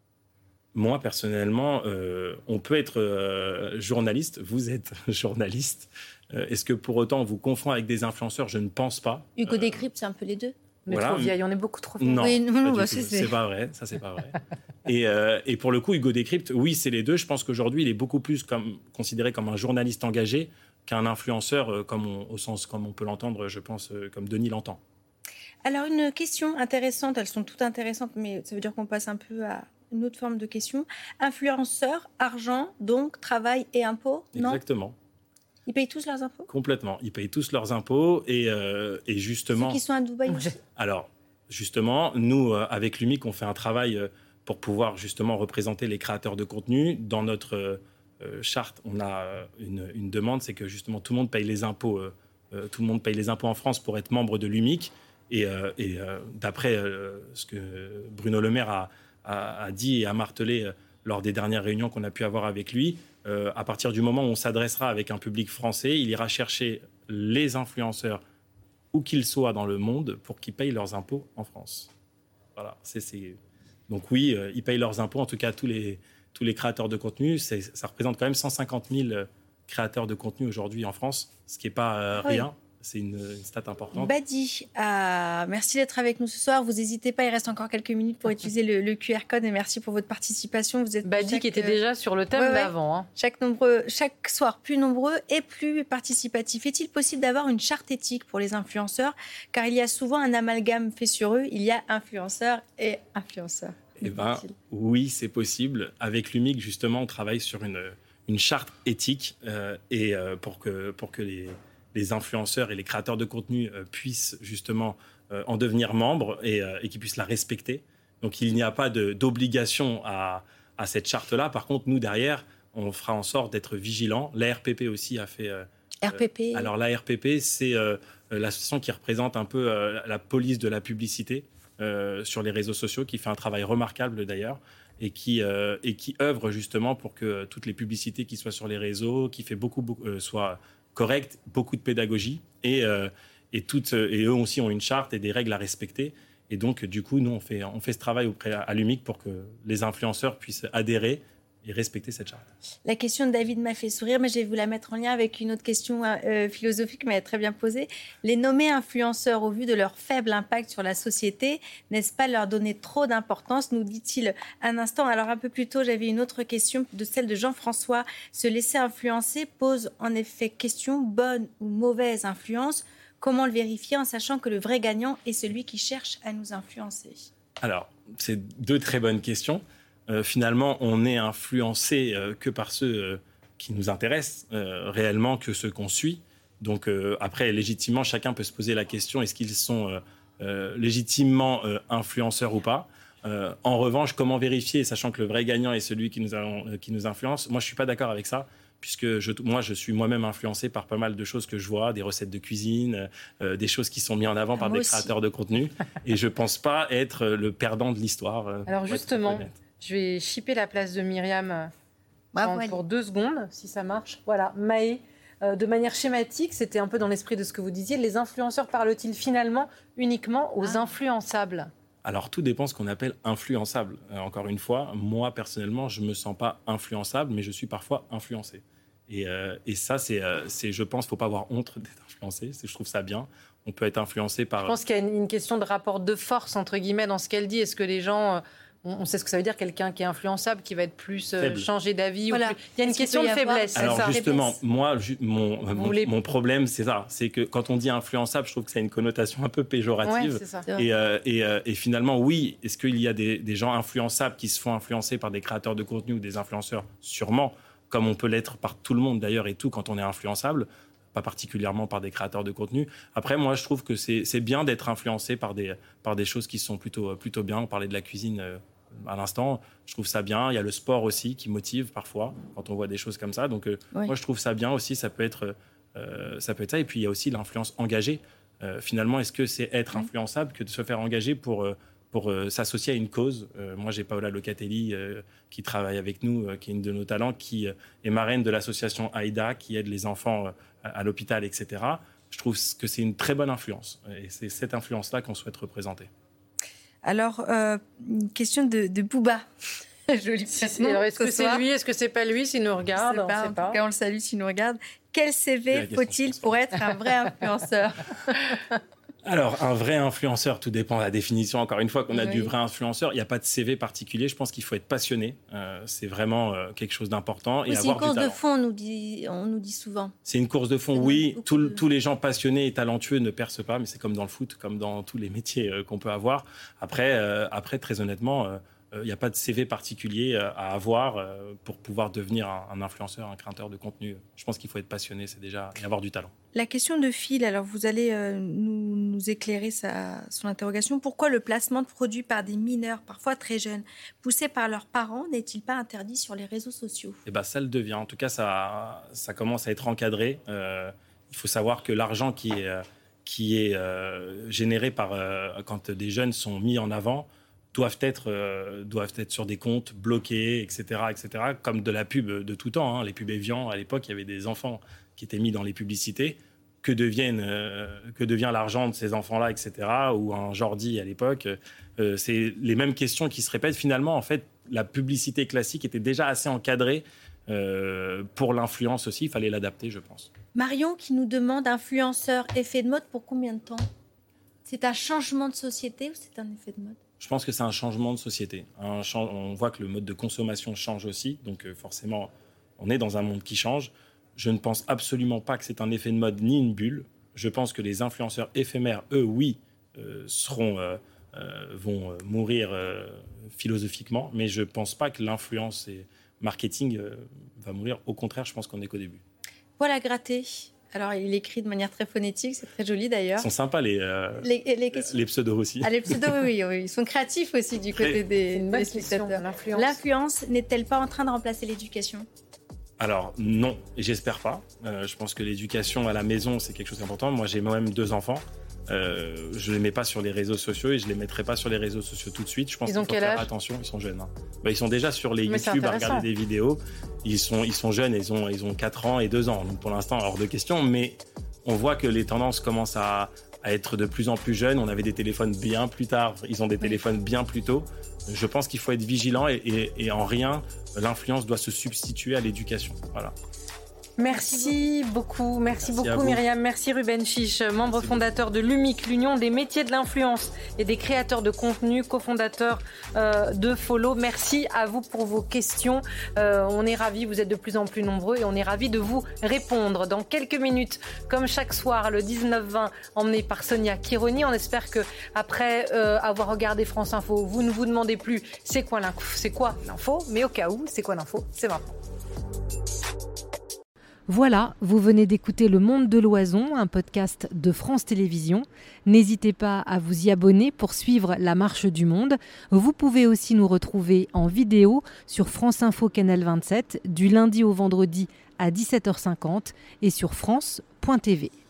Speaker 9: Moi, personnellement, euh, on peut être euh, journaliste. Vous êtes journaliste. Euh, est-ce que pour autant on vous confond avec des influenceurs ? Je ne pense pas.
Speaker 2: Hugo
Speaker 9: euh,
Speaker 2: Décrypte, c'est un peu les deux.
Speaker 1: On est
Speaker 9: voilà.
Speaker 1: trop vieille, on est beaucoup trop vieille.
Speaker 9: Non,
Speaker 2: oui, non,
Speaker 9: pas
Speaker 2: bah,
Speaker 9: du
Speaker 2: c'est,
Speaker 9: tout.
Speaker 2: c'est...
Speaker 9: c'est pas vrai. Ça, c'est pas vrai. et, euh, et pour le coup, Hugo Décrypte, oui, c'est les deux. Je pense qu'aujourd'hui, il est beaucoup plus comme, considéré comme un journaliste engagé qu'un influenceur, euh, comme on, au sens comme on peut l'entendre, je pense, euh, comme Denis l'entend.
Speaker 2: Alors, une question intéressante. Elles sont toutes intéressantes, mais ça veut dire qu'on passe un peu à une autre forme de question. Influenceurs, argent, donc travail et impôts, non ?
Speaker 9: Exactement.
Speaker 2: Ils payent tous leurs impôts ?
Speaker 9: Complètement. Ils payent tous leurs impôts et, euh, et justement...
Speaker 2: Ceux qui sont à Dubaï aussi ?
Speaker 9: Alors, justement, nous, euh, avec l'U M I C, on fait un travail euh, pour pouvoir justement représenter les créateurs de contenu. Dans notre euh, charte, on a une, une demande, c'est que justement tout le monde paye les impôts. Euh, euh, tout le monde paye les impôts en France pour être membre de l'U M I C. Et, euh, et euh, d'après euh, ce que Bruno Le Maire a, a, a dit et a martelé euh, lors des dernières réunions qu'on a pu avoir avec lui, euh, à partir du moment où on s'adressera avec un public français, il ira chercher les influenceurs où qu'ils soient dans le monde pour qu'ils payent leurs impôts en France. Voilà, c'est, c'est... Donc oui, euh, ils payent leurs impôts, en tout cas tous les, tous les créateurs de contenu. C'est, ça représente quand même cent cinquante mille créateurs de contenu aujourd'hui en France, ce qui n'est pas euh,
Speaker 2: oui.
Speaker 9: rien. C'est une, une stat importante.
Speaker 2: Badi, ah, merci d'être avec nous ce soir. Vous n'hésitez pas, il reste encore quelques minutes pour utiliser le, le Q R code et merci pour votre participation. Vous êtes
Speaker 1: Badi
Speaker 2: chaque,
Speaker 1: qui était déjà sur le thème
Speaker 2: ouais, ouais.
Speaker 1: d'avant. Hein.
Speaker 2: Chaque, nombreux, chaque soir plus nombreux et plus participatifs. Est-il possible d'avoir une charte éthique pour les influenceurs ? Car il y a souvent un amalgame fait sur eux. Il y a influenceurs et influenceurs.
Speaker 9: Eh ben, oui, c'est possible. Avec l'U M I C, justement, on travaille sur une, une charte éthique euh, et euh, pour que, pour que les... les influenceurs et les créateurs de contenu euh, puissent justement euh, en devenir membres et, euh, et qu'ils puissent la respecter. Donc il n'y a pas de, d'obligation à, à cette charte-là. Par contre, nous, derrière, on fera en sorte d'être vigilants. L'A R P P aussi a fait... Euh,
Speaker 2: R P P.
Speaker 9: Euh, alors l'A R P P, c'est euh, l'association qui représente un peu euh, la police de la publicité euh, sur les réseaux sociaux, qui fait un travail remarquable d'ailleurs, et qui, euh, et qui œuvre justement pour que toutes les publicités qui soient sur les réseaux, qui fait beaucoup, beaucoup euh, soient correctes, beaucoup de pédagogie, et, euh, et, toutes, et eux aussi ont une charte et des règles à respecter. Et donc, du coup, nous, on fait, on fait ce travail auprès à l'U M I C pour que les influenceurs puissent adhérer et respecter cette charte.
Speaker 2: La question de David m'a fait sourire, mais je vais vous la mettre en lien avec une autre question euh, philosophique, mais elle est très bien posée. Les nommer influenceurs, au vu de leur faible impact sur la société, n'est-ce pas leur donner trop d'importance, nous dit-il un instant. Alors un peu plus tôt, j'avais une autre question, de celle de Jean-François. Se laisser influencer pose en effet question, bonne ou mauvaise influence. Comment le vérifier en sachant que le vrai gagnant est celui qui cherche à nous influencer ?
Speaker 9: Alors, c'est deux très bonnes questions. Euh, finalement, on n'est influencé euh, que par ceux euh, qui nous intéressent euh, réellement, que ceux qu'on suit. Donc euh, après, légitimement, chacun peut se poser la question, est-ce qu'ils sont euh, euh, légitimement euh, influenceurs ou pas ? Euh, en revanche, comment vérifier, sachant que le vrai gagnant est celui qui nous, a, euh, qui nous influence? Moi, je ne suis pas d'accord avec ça, puisque je, moi, je suis moi-même influencé par pas mal de choses que je vois, des recettes de cuisine, euh, des choses qui sont mises en avant par
Speaker 2: moi
Speaker 9: des
Speaker 2: aussi.
Speaker 9: créateurs de contenu. Et je ne pense pas être le perdant de l'histoire. Euh,
Speaker 1: Alors justement, je vais chipper la place de Myriam euh,
Speaker 2: Bravo,
Speaker 1: en- pour deux secondes, si ça marche. Voilà, Maë. Euh, de manière schématique, c'était un peu dans l'esprit de ce que vous disiez, les influenceurs parlent-ils finalement uniquement aux
Speaker 2: Ah.
Speaker 1: influençables?
Speaker 9: Alors, tout dépend de ce qu'on appelle influençable. Euh, encore une fois, moi, personnellement, je ne me sens pas influençable, mais je suis parfois influencé. Et, euh, et ça, c'est, euh, c'est, je pense qu'il ne faut pas avoir honte d'être influencé. C'est, je trouve ça bien. On peut être influencé par...
Speaker 1: Je pense qu'il y a une, une question de rapport de force, entre guillemets, dans ce qu'elle dit. Est-ce que les gens... euh, on, on sait ce que ça veut dire, quelqu'un qui est influençable, qui va être plus euh,
Speaker 9: Faible.
Speaker 1: changer d'avis.
Speaker 2: Voilà.
Speaker 1: Ou plus... Il y a une
Speaker 2: Est-ce qu'il
Speaker 1: question
Speaker 2: peut
Speaker 1: de
Speaker 2: y avoir-
Speaker 1: faiblesse, c'est
Speaker 9: Alors
Speaker 1: ça.
Speaker 9: justement,
Speaker 2: Faiblesse.
Speaker 9: moi, ju- mon, mon,
Speaker 1: voulez-
Speaker 9: mon problème, c'est ça. C'est que quand on dit influençable, je trouve que ça a une connotation un peu péjorative.
Speaker 1: Ouais, c'est ça.
Speaker 2: C'est vrai.
Speaker 9: Et, euh, et, euh, et finalement, oui, est-ce qu'il y a des, des gens influençables qui se font influencer par des créateurs de contenu ou des influenceurs? Sûrement, comme on peut l'être par tout le monde d'ailleurs et tout quand on est influençable, pas particulièrement par des créateurs de contenu. Après, moi, je trouve que c'est, c'est bien d'être influencé par des, par des choses qui sont plutôt, plutôt bien. On parlait de la cuisine euh, à l'instant, je trouve ça bien. Il y a le sport aussi qui motive parfois quand on voit des choses comme ça. Donc, euh,
Speaker 2: Oui.
Speaker 9: moi, je trouve ça bien aussi. Ça peut être, euh, ça peut être ça. Et puis, il y a aussi l'influence engagée. Euh, finalement, est-ce que c'est être
Speaker 2: Oui.
Speaker 9: influençable que de se faire engager pour, euh, pour euh, s'associer à une cause? Euh, Moi, j'ai Paola Locatelli euh, qui travaille avec nous, euh, qui est une de nos talents, qui euh, est marraine de l'association AIDA, qui aide les enfants euh, à, à l'hôpital, et cetera. Je trouve que c'est une très bonne influence. Et c'est cette influence-là qu'on souhaite représenter.
Speaker 2: Alors, euh, une question de, de Booba. Joli
Speaker 1: Si-
Speaker 2: prénom,
Speaker 1: alors, est-ce
Speaker 2: ce
Speaker 1: que c'est
Speaker 2: soir.
Speaker 1: lui, est-ce que c'est pas lui, s'il nous
Speaker 2: Je
Speaker 1: regarde?
Speaker 2: sais
Speaker 1: On
Speaker 2: pas,
Speaker 1: sait
Speaker 2: en
Speaker 1: pas.
Speaker 2: tout cas, on le salue s'il nous regarde. Quel C
Speaker 9: La
Speaker 2: V
Speaker 9: question,
Speaker 2: faut-il
Speaker 9: je pense
Speaker 2: pour
Speaker 9: pas.
Speaker 2: être un vrai influenceur?
Speaker 9: Alors, un vrai influenceur, tout dépend de la définition. Encore une fois, qu'on a
Speaker 2: Oui.
Speaker 9: du vrai influenceur, il n'y a pas de C V particulier. Je pense qu'il faut être passionné. Euh, c'est vraiment euh, quelque chose d'important.
Speaker 2: Oui,
Speaker 9: et
Speaker 2: c'est une
Speaker 9: avoir
Speaker 2: course
Speaker 9: du
Speaker 2: de
Speaker 9: talent.
Speaker 2: fond, on nous dit, on nous dit souvent.
Speaker 9: C'est une course de fond,
Speaker 2: Ça
Speaker 9: oui.
Speaker 2: demande beaucoup
Speaker 9: Tout-
Speaker 2: de-
Speaker 9: Tous les gens passionnés et talentueux ne percent pas, mais c'est comme dans le foot, comme dans tous les métiers euh, qu'on peut avoir. Après, euh, après très honnêtement, euh, il n'y a pas de C V particulier euh, à avoir euh, pour pouvoir devenir un, un influenceur, un créateur de contenu. Je pense qu'il faut être passionné, c'est déjà et avoir du talent.
Speaker 2: La question de Phil, alors vous allez euh, nous, nous éclairer sa, son interrogation. Pourquoi le placement de produits par des mineurs, parfois très jeunes, poussés par leurs parents, n'est-il pas interdit sur les réseaux sociaux?
Speaker 9: Et ben, ça le devient. En tout cas, ça, ça commence à être encadré. Euh, il faut savoir que l'argent qui est, euh, qui est euh, généré par, euh, quand des jeunes sont mis en avant doivent être, euh, doivent être sur des comptes bloqués, et cetera, et cetera, comme de la pub de tout temps. Hein. Les pubs Evian, à l'époque, il y avait des enfants qui étaient mis dans les publicités. Que, deviennent, euh, que devient l'argent de ces enfants-là, et cetera, ou un Jordi à l'époque. Euh, c'est les mêmes questions qui se répètent. Finalement, en fait, la publicité classique était déjà assez encadrée. Euh, pour l'influence aussi, il fallait l'adapter, je pense.
Speaker 2: Marion qui nous demande influenceur, effet de mode pour combien de temps? C'est un changement de société ou c'est un effet de mode?
Speaker 9: Je pense que c'est un changement de société. Un chan- on voit que le mode de consommation change aussi, donc euh, forcément, on est dans un monde qui change. Je ne pense absolument pas que c'est un effet de mode ni une bulle. Je pense que les influenceurs éphémères, eux, oui, euh, seront, euh, euh, vont euh, mourir euh, philosophiquement, mais je ne pense pas que l'influence et marketing euh, va mourir. Au contraire, je pense qu'on n'est qu'au début.
Speaker 2: Voilà, gratter. Alors, il écrit de manière très phonétique, c'est très joli d'ailleurs.
Speaker 9: Ils sont sympas, les, euh,
Speaker 2: Les, les questions.
Speaker 9: les pseudos aussi.
Speaker 2: Ah, les pseudos, oui, oui, oui, ils sont créatifs aussi du côté
Speaker 9: Très.
Speaker 2: des,
Speaker 1: C'est une
Speaker 2: des
Speaker 1: bonne question,
Speaker 2: spectateurs.
Speaker 1: l'influence.
Speaker 2: L'influence n'est-elle pas en train de remplacer l'éducation?
Speaker 9: Alors non, et j'espère pas. Euh, je pense que l'éducation à la maison, c'est quelque chose d'important. Moi, j'ai moi-même deux enfants. Euh, je les mets pas sur les réseaux sociaux et je les mettrai pas sur les réseaux sociaux tout de suite. Je pense
Speaker 1: Ils
Speaker 9: qu'il
Speaker 1: ont
Speaker 9: faut
Speaker 1: quel
Speaker 9: faire
Speaker 1: âge
Speaker 9: attention. Ils sont jeunes. Hein. Bah, ils sont déjà sur les
Speaker 1: Mais c'est
Speaker 9: YouTube à
Speaker 1: intéressant.
Speaker 9: regarder des vidéos. Ils sont, ils sont jeunes. Ils ont, ils ont quatre ans et deux ans. Donc pour l'instant, hors de question. Mais on voit que les tendances commencent à, à être de plus en plus jeunes. On avait des téléphones bien plus tard. Ils ont des téléphones bien plus tôt. Je pense qu'il faut être vigilant et, et, et en rien, l'influence doit se substituer à l'éducation. Voilà.
Speaker 1: Merci beaucoup, merci,
Speaker 9: Merci à
Speaker 1: beaucoup
Speaker 9: vous.
Speaker 1: Myriam, merci Ruben Chiche, membre
Speaker 9: Merci
Speaker 1: fondateur de l'U M I C, l'Union des métiers de l'influence et des créateurs de contenu, cofondateur euh, de Follow. Merci à vous pour vos questions. Euh, on est ravis, vous êtes de plus en plus nombreux et on est ravis de vous répondre. Dans quelques minutes, comme chaque soir, le dix-neuf vingt, emmené par Sonia Kironi. On espère que après euh, avoir regardé France Info, vous ne vous demandez plus c'est quoi l'info, c'est quoi l'info, mais au cas où, c'est quoi l'info, c'est maintenant. Voilà, vous venez d'écouter Le Monde de l'Oison, un podcast de France Télévisions. N'hésitez pas à vous y abonner pour suivre la marche du monde. Vous pouvez aussi nous retrouver en vidéo sur France Info Canal vingt-sept du lundi au vendredi à dix-sept heures cinquante et sur France point T V.